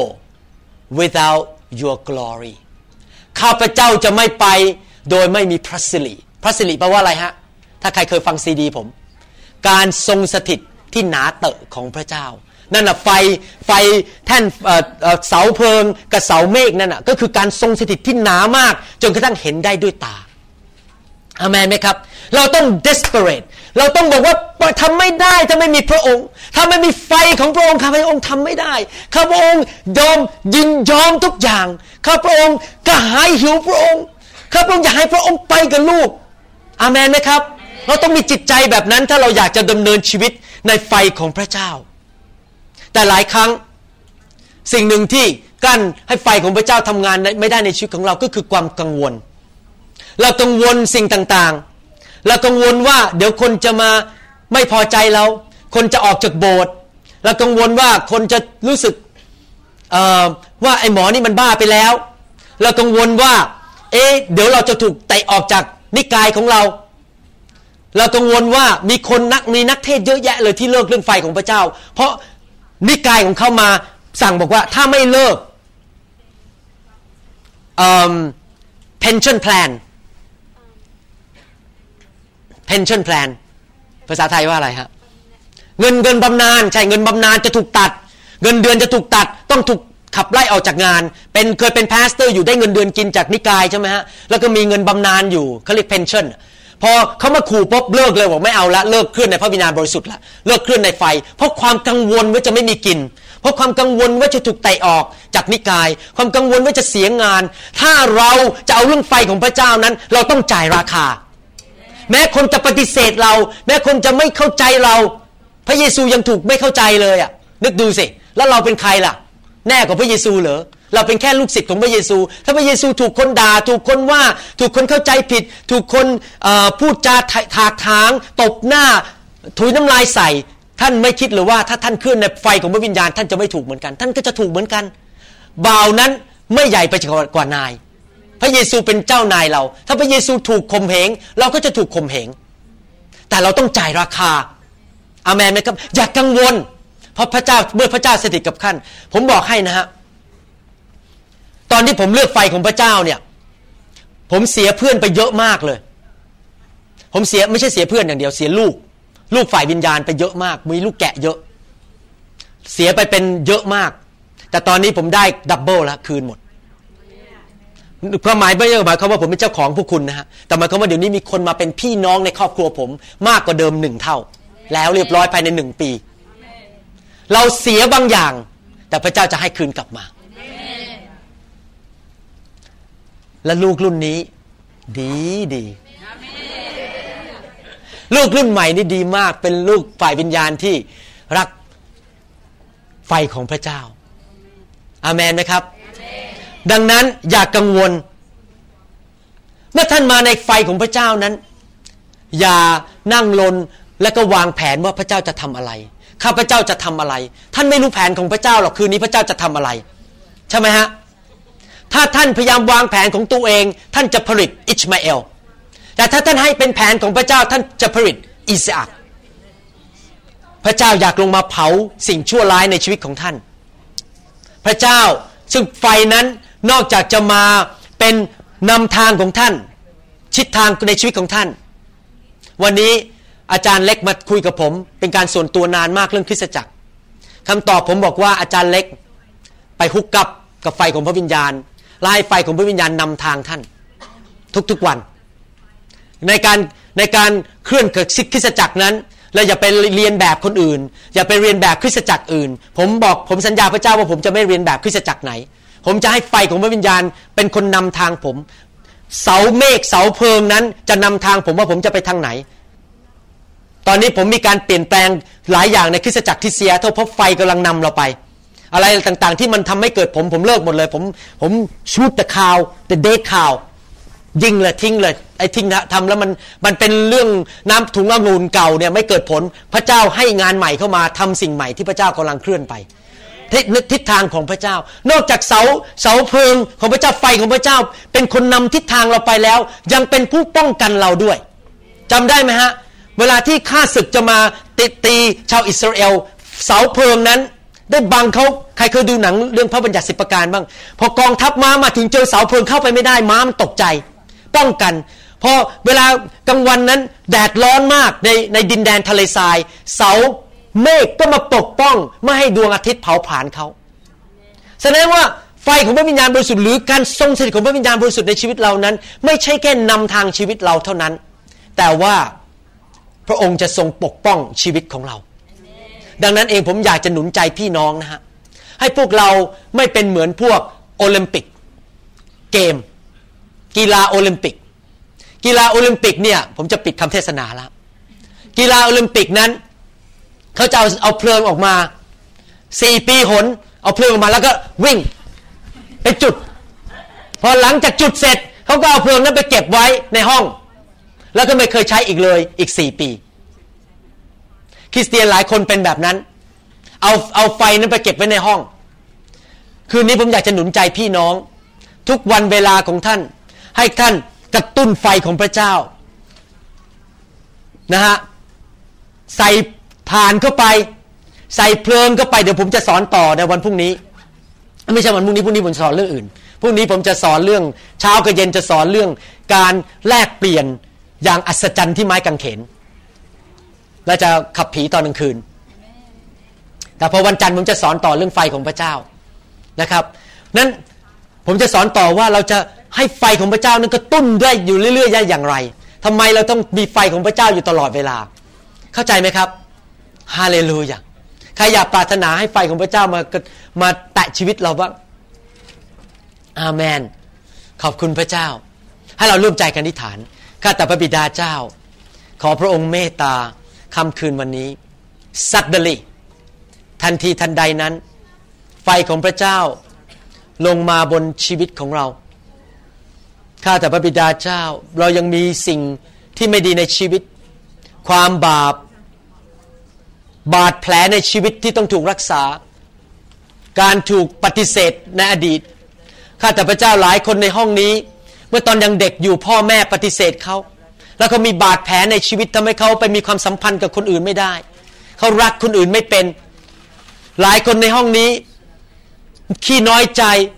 without your glory ข้าพเจ้าจะไม่ไปโดยไม่มีพระสิริพระสิริแปลว่าอะไรฮะถ้าใครเคยฟังซีดีผมการทรงสถิตที่หนาเตอะของพระเจ้านั่นน่ะไฟแท่นเสาเพลิงกับเสาเมฆนั่นน่ะก็คือการทรงสถิตที่หนามากจนกระทั่งเห็นได้ด้วยตาอาเมนไหมครับเราต้อง desperate เราต้องบอกว่าทำไม่ได้ถ้าไม่มีพระองค์ถ้าไม่มีไฟของพระองค์ข้าพระองค์ทำไม่ได้ข้าพระองค์ยินยอมทุกอย่างข้าพระองค์กระหายหิวพระองค์ข้าพระองค์อยากให้พระองค์ไปกับลูกอาเมนไหมครับเราต้องมีจิตใจแบบนั้นถ้าเราอยากจะดำเนินชีวิตในไฟของพระเจ้าแต่หลายครั้งสิ่งหนึ่งที่กั้นให้ไฟของพระเจ้าทำงานไม่ได้ในชีวิตของเราก็คือความกังวลเรากังวลสิ่งต่างๆเรากังวลว่าเดี๋ยวคนจะมาไม่พอใจเราคนจะออกจากโบสถ์เรากังวลว่าคนจะรู้สึกว่าไอ้หมอนี่มันบ้าไปแล้วเรากังวลว่าเดี๋ยวเราจะถูกเตะออกจากนิกายของเรากังวลว่ามีนักเทศเยอะแยะเลยที่เลิกเรื่องไฟของพระเจ้าเพราะนิกายของเขามาสั่งบอกว่าถ้าไม่เลิกpension plan ภาษาไทยว่าอะไรฮะเงินบำนาญใช่เงินบำนาญจะถูกตัดเงินเดือนจะถูกตัดต้องถูกขับไล่ออกจากงานเคยเป็นพาสเตอร์อยู่ได้เงินเดือนกินจากนิกายใช่ไหมฮะแล้วก็มีเงินบำนาญอยู่เขาเรียก pension พอเขามาขู่ปุ๊บเลิกเลยบอกไม่เอาละเลิกเคลื่อนในพระวิญญาณบริสุทธิ์ละเลิกเคลื่อนในไฟเพราะความกังวลว่าจะไม่มีกินเพราะความกังวลว่าจะถูกเตะออกจากนิกายความกังวลว่าจะเสียงานถ้าเราจะเอาเรื่องไฟของพระเจ้านั้นเราต้องจ่ายราคาแม้คนจะปฏิเสธเราแม้คนจะไม่เข้าใจเราพระเยซูยังถูกไม่เข้าใจเลยอ่ะนึกดูสิแล้วเราเป็นใครล่ะแน่กว่าพระเยซูเหรอเราเป็นแค่ลูกศิษย์ของพระเยซูถ้าพระเยซูถูกคนด่าถูกคนว่าถูกคนเข้าใจผิดถูกคนพูดจาถากถางตบหน้าถุยน้ำลายใส่ท่านไม่คิดหรือว่าถ้าท่านเคลื่อนในไฟของพระวิญญาณท่านจะไม่ถูกเหมือนกันท่านก็จะถูกเหมือนกันบ่าวนั้นไม่ใหญ่ไปกว่านายพระเยซูเป็นเจ้านายเราถ้าพระเยซูถูกข่มเหงเราก็จะถูกข่มเหงแต่เราต้องจ่ายราคาอาเมนไหมครับอย่ากังวลเพราะพระเจ้าเมื่อพระเจ้าสถิตกับท่านผมบอกให้นะฮะตอนที่ผมเลือกไฟของพระเจ้าเนี่ยผมเสียเพื่อนไปเยอะมากเลยผมเสียไม่ใช่เสียเพื่อนอย่างเดียวเสียลูกฝ่ายวิญญาณไปเยอะมากมีลูกแกะเยอะเสียไปเป็นเยอะมากแต่ตอนนี้ผมได้ดับเบิลแล้วคืนหมดความหมายไม่ใช่หมายความว่าผมเป็นเจ้าของพวกคุณนะฮะแต่หมายความว่าเดี๋ยวนี้มีคนมาเป็นพี่น้องในครอบครัวผมมากกว่าเดิม1เท่าแล้วเรียบร้อยภายใน1ปีเราเสียบางอย่างแต่พระเจ้าจะให้คืนกลับมาและลูกรุ่นนี้ดีลูกรุ่นใหม่นี่ดีมากเป็นลูกฝ่ายวิญญาณที่รักไฟของพระเจ้าอาเมนไหมครับดังนั้นอย่ากังวลเมื่อท่านมาในไฟของพระเจ้านั้นอย่านั่งลนและก็วางแผนว่าพระเจ้าจะทำอะไรข้าพระเจ้าจะทำอะไรท่านไม่รู้แผนของพระเจ้าหรอกคืนนี้พระเจ้าจะทำอะไรใช่ไหมฮะถ้าท่านพยายามวางแผนของตัวเองท่านจะผลิตอิชมาเอลแต่ถ้าท่านให้เป็นแผนของพระเจ้าท่านจะผลิตอิสอัคพระเจ้าอยากลงมาเผาสิ่งชั่วร้ายในชีวิตของท่านพระเจ้าซึ่งไฟนั้นนอกจากจะมาเป็นนำทางของท่านชิดทางในชีวิตของท่านวันนี้อาจารย์เล็กมาคุยกับผมเป็นการส่วนตัวนานมากเรื่องคริสตจักรคำตอบผมบอกว่าอาจารย์เล็กไปฮุกกับไฟของพระวิญญาณและให้ไฟของพระวิญญาณนำทางท่านทุกๆวันในการเคลื่อนคริสตจักรนั้นเราอย่าไปเรียนแบบคนอื่นอย่าไปเรียนแบบคริสตจักรอื่นผมสัญญาพระเจ้าว่าผมจะไม่เรียนแบบคริสตจักรไหนผมจะให้ไฟของพระวิญญาณเป็นคนนำทางผมเสาเมฆเสาเพลิงนั้นจะนำทางผมว่าผมจะไปทางไหนตอนนี้ผมมีการเปลี่ยนแปลงหลายอย่างในคริสตจักรที่เซียเท่าเพราะไฟกำลังนำเราไปอะไรต่างๆที่มันทำให้เกิดผมเลิกหมดเลยผมชูดแต่ข่าวแต่เดทข่าวยิงเลยทิ้งเลยไอ้ทิ้งทำแล้วมันเป็นเรื่องน้ำถุงองุ่นเก่าเนี่ยไม่เกิดผลพระเจ้าให้งานใหม่เข้ามาทำสิ่งใหม่ที่พระเจ้ากำลังเคลื่อนไปทิศทางของพระเจ้านอกจากเสาเพลิงของพระเจ้าไฟของพระเจ้าเป็นคนนำทิศทางเราไปแล้วยังเป็นผู้ป้องกันเราด้วยจำได้ไหมฮะเวลาที่ข้าศึกจะมาตีชาวอิสราเอลเสาเพลิงนั้นได้บังเขาใครเคยดูหนังเรื่องพระบัญญัติ10ประการบ้างพอกองทัพม้ามาถึงเจอเสาเพลิงเข้าไปไม่ได้ม้ามันตกใจป้องกันพอเวลากลางวันนั้นแดดร้อนมากในดินแดนทะเลทรายเสาเมฆก็มาปกป้องไม่ให้ดวงอาทิตย์เผาผลาญเขาแสดงว่าไฟของพระวิญญาณบริสุทธิ์หรือการทรงสถิตของพระวิญญาณบริสุทธิ์ในชีวิตเรานั้นไม่ใช่แค่นำทางชีวิตเราเท่านั้นแต่ว่าพระองค์จะทรงปกป้องชีวิตของเราดังนั้นเองผมอยากจะหนุนใจพี่น้องนะฮะให้พวกเราไม่เป็นเหมือนพวกโอลิมปิกเกมกีฬาโอลิมปิกเนี่ยผมจะปิดคำเทศนาแล้วกีฬาโอลิมปิกนั้นเขาจะเอาเพลิงออกมา4 ปีหนเอาเพลิงออกมาแล้วก็วิ่งไปจุดพอหลังจากจุดเสร็จเขาก็เอาเพลิงนั้นไปเก็บไว้ในห้องแล้วก็ไม่เคยใช้อีกเลยอีก4 ปีคริสเตียนหลายคนเป็นแบบนั้นเอาไฟนั้นไปเก็บไว้ในห้องคืนนี้ผมอยากจะหนุนใจพี่น้องทุกวันเวลาของท่านให้ท่านกระตุ้นไฟของพระเจ้านะฮะใส่ถ่านเข้าไปใส่เพลิงเข้าไปเดี๋ยวผมจะสอนต่อในวันพรุ่งนี้ไม่ใช่วันพรุ่งนี้ผมสอนเรื่องอื่นพรุ่งนี้ผมจะสอนเรื่องเช้ากับเย็นจะสอนเรื่องการแลกเปลี่ยนอย่างอัศจรรย์ที่ไม้กางเขนและจะขับผีตอนกลางคืนแต่พอวันจันทร์ผมจะสอนต่อเรื่องไฟของพระเจ้านะครับนั้นผมจะสอนต่อว่าเราจะให้ไฟของพระเจ้านั้นกระตุ้นได้อยู่เรื่อยๆได้อย่างไรทำไมเราต้องมีไฟของพระเจ้าอยู่ตลอดเวลาเข้าใจไหมครับฮาเลลูยาใครอยากปรารถนาให้ไฟของพระเจ้ามาแตะชีวิตเราบ้างอาเมนขอบคุณพระเจ้าให้เราร่วมใจกันอธิษฐานข้าแต่พระบิดาเจ้าขอพระองค์เมตตาค่ำคืนวันนี้ suddenly ทันทีทันใดนั้นไฟของพระเจ้าลงมาบนชีวิตของเราข้าแต่พระบิดาเจ้าเรายังมีสิ่งที่ไม่ดีในชีวิตความบาดแผลในชีวิตที่ต้องถูกรักษาการถูกปฏิเสธในอดีตข้าแต่พระเจ้าหลายคนในห้องนี้เมื่อตอนยังเด็กอยู่พ่อแม่ปฏิเสธเขาแล้วเขามีบาดแผลในชีวิตทำให้เขาไปมีความสัมพันธ์กับคนอื่นไม่ได้เขารักคนอื่นไม่เป็นหลายคนในห้องนี้ขี้น้อยใจ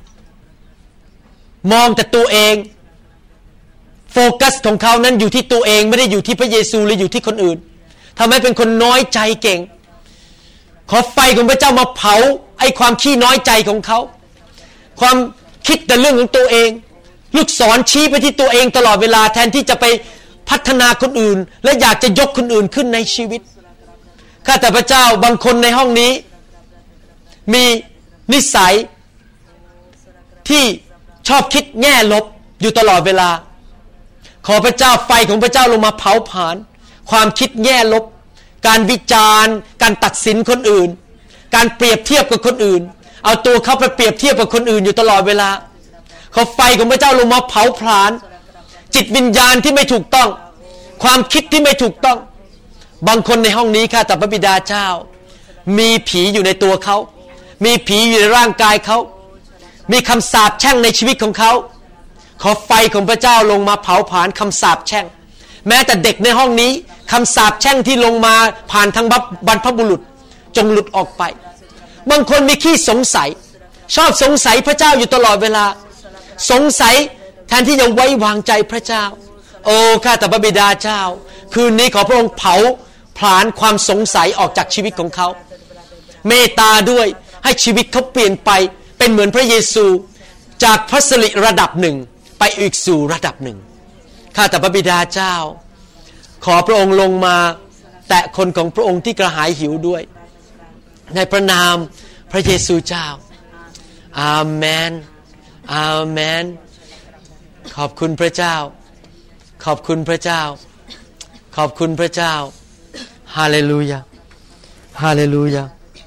มองแต่ตัวเองโฟกัสของเขานั้นอยู่ที่ตัวเองไม่ได้อยู่ที่พระเยซูหรืออยู่ที่คนอื่นทำให้เป็นคนน้อยใจเก่งขอไฟของพระเจ้ามาเผาไอ้ความขี้น้อยใจของเขาความคิดแต่เรื่องของตัวเองลูกศรชี้ไปที่ตัวเองตลอดเวลาแทนที่จะไปพัฒนาคนอื่นและอยากจะยกคนอื่นขึ้นในชีวิตข้าแต่พระเจ้าบางคนในห้องนี้มีนิสัยที่ชอบคิดแง่ลบอยู่ตลอดเวลาขอพระเจ้าไฟของพระเจ้าลงมาเผาผลาญความคิดแง่ลบการวิจารณ์การตัดสินคนอื่นการเปรียบเทียบกับคนอื่นเอาตัวเขาไปเปรียบเทียบกับคนอื่นอยู่ตลอดเวลาขอไฟของพระเจ้าลงมาเผาผลาญจิตวิญญาณที่ไม่ถูกต้องความคิดที่ไม่ถูกต้องบางคนในห้องนี้ข้าแต่พระบิดาเจ้ามีผีอยู่ในตัวเขามีผีอยู่ในร่างกายเขามีคำสาปแช่งในชีวิตของเขาขอไฟของพระเจ้าลงมาเผาผลาญคำสาปแช่งแม้แต่เด็กในห้องนี้คำสาปแช่งที่ลงมาผ่านทางบรรพบุรุษจงหลุดออกไปบางคนมีขี้สงสัยชอบสงสัยพระเจ้าอยู่ตลอดเวลาสงสัยแทนที่จะไว้วางใจพระเจ้าโอ้ข้าแต่พระบิดาเจ้าคืนนี้ขอพระองค์เผาผลาญความสงสัยออกจากชีวิตของเขาเมตตาด้วยให้ชีวิตเขาเปลี่ยนไปเป็นเหมือนพระเยซูจากพระสิริระดับหนึ่งไปอีกสู่ระดับหนึ่งข้าแต่พระบิดาเจ้าขอพระองค์ลงมาแตะคนของพระองค์ที่กระหายหิวด้วยในพระนามพระเยซูเจ้าอาเมนอาเมนขอบคุณพระเจ้าขอบคุณพระเจ้าขอบคุณพระเจ้าฮาเลลูยาฮาเลลูยา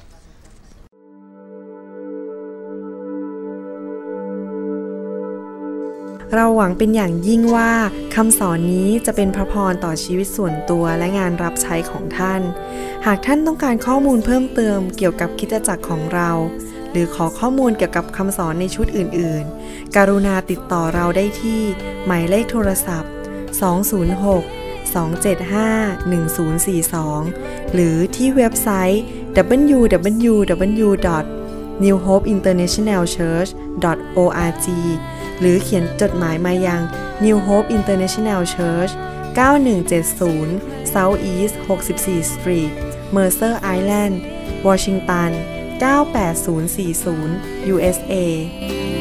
เราหวังเป็นอย่างยิ่งว่าคำสอนนี้จะเป็นพระพรต่อชีวิตส่วนตัวและงานรับใช้ของท่านหากท่านต้องการข้อมูลเพิ่มเติมเกี่ยวกับคริสตจักรของเราหรือขอข้อมูลเกี่ยวกับคำสอนในชุดอื่นๆกรุณาติดต่อเราได้ที่หมายเลขโทรศัพท์206-275-1042 หรือที่เว็บไซต์ www.newhopeinternationalchurch.org หรือเขียนจดหมายมายัง New Hope International Church 9170 South East 64 Street Mercer Island Washington 98040 USA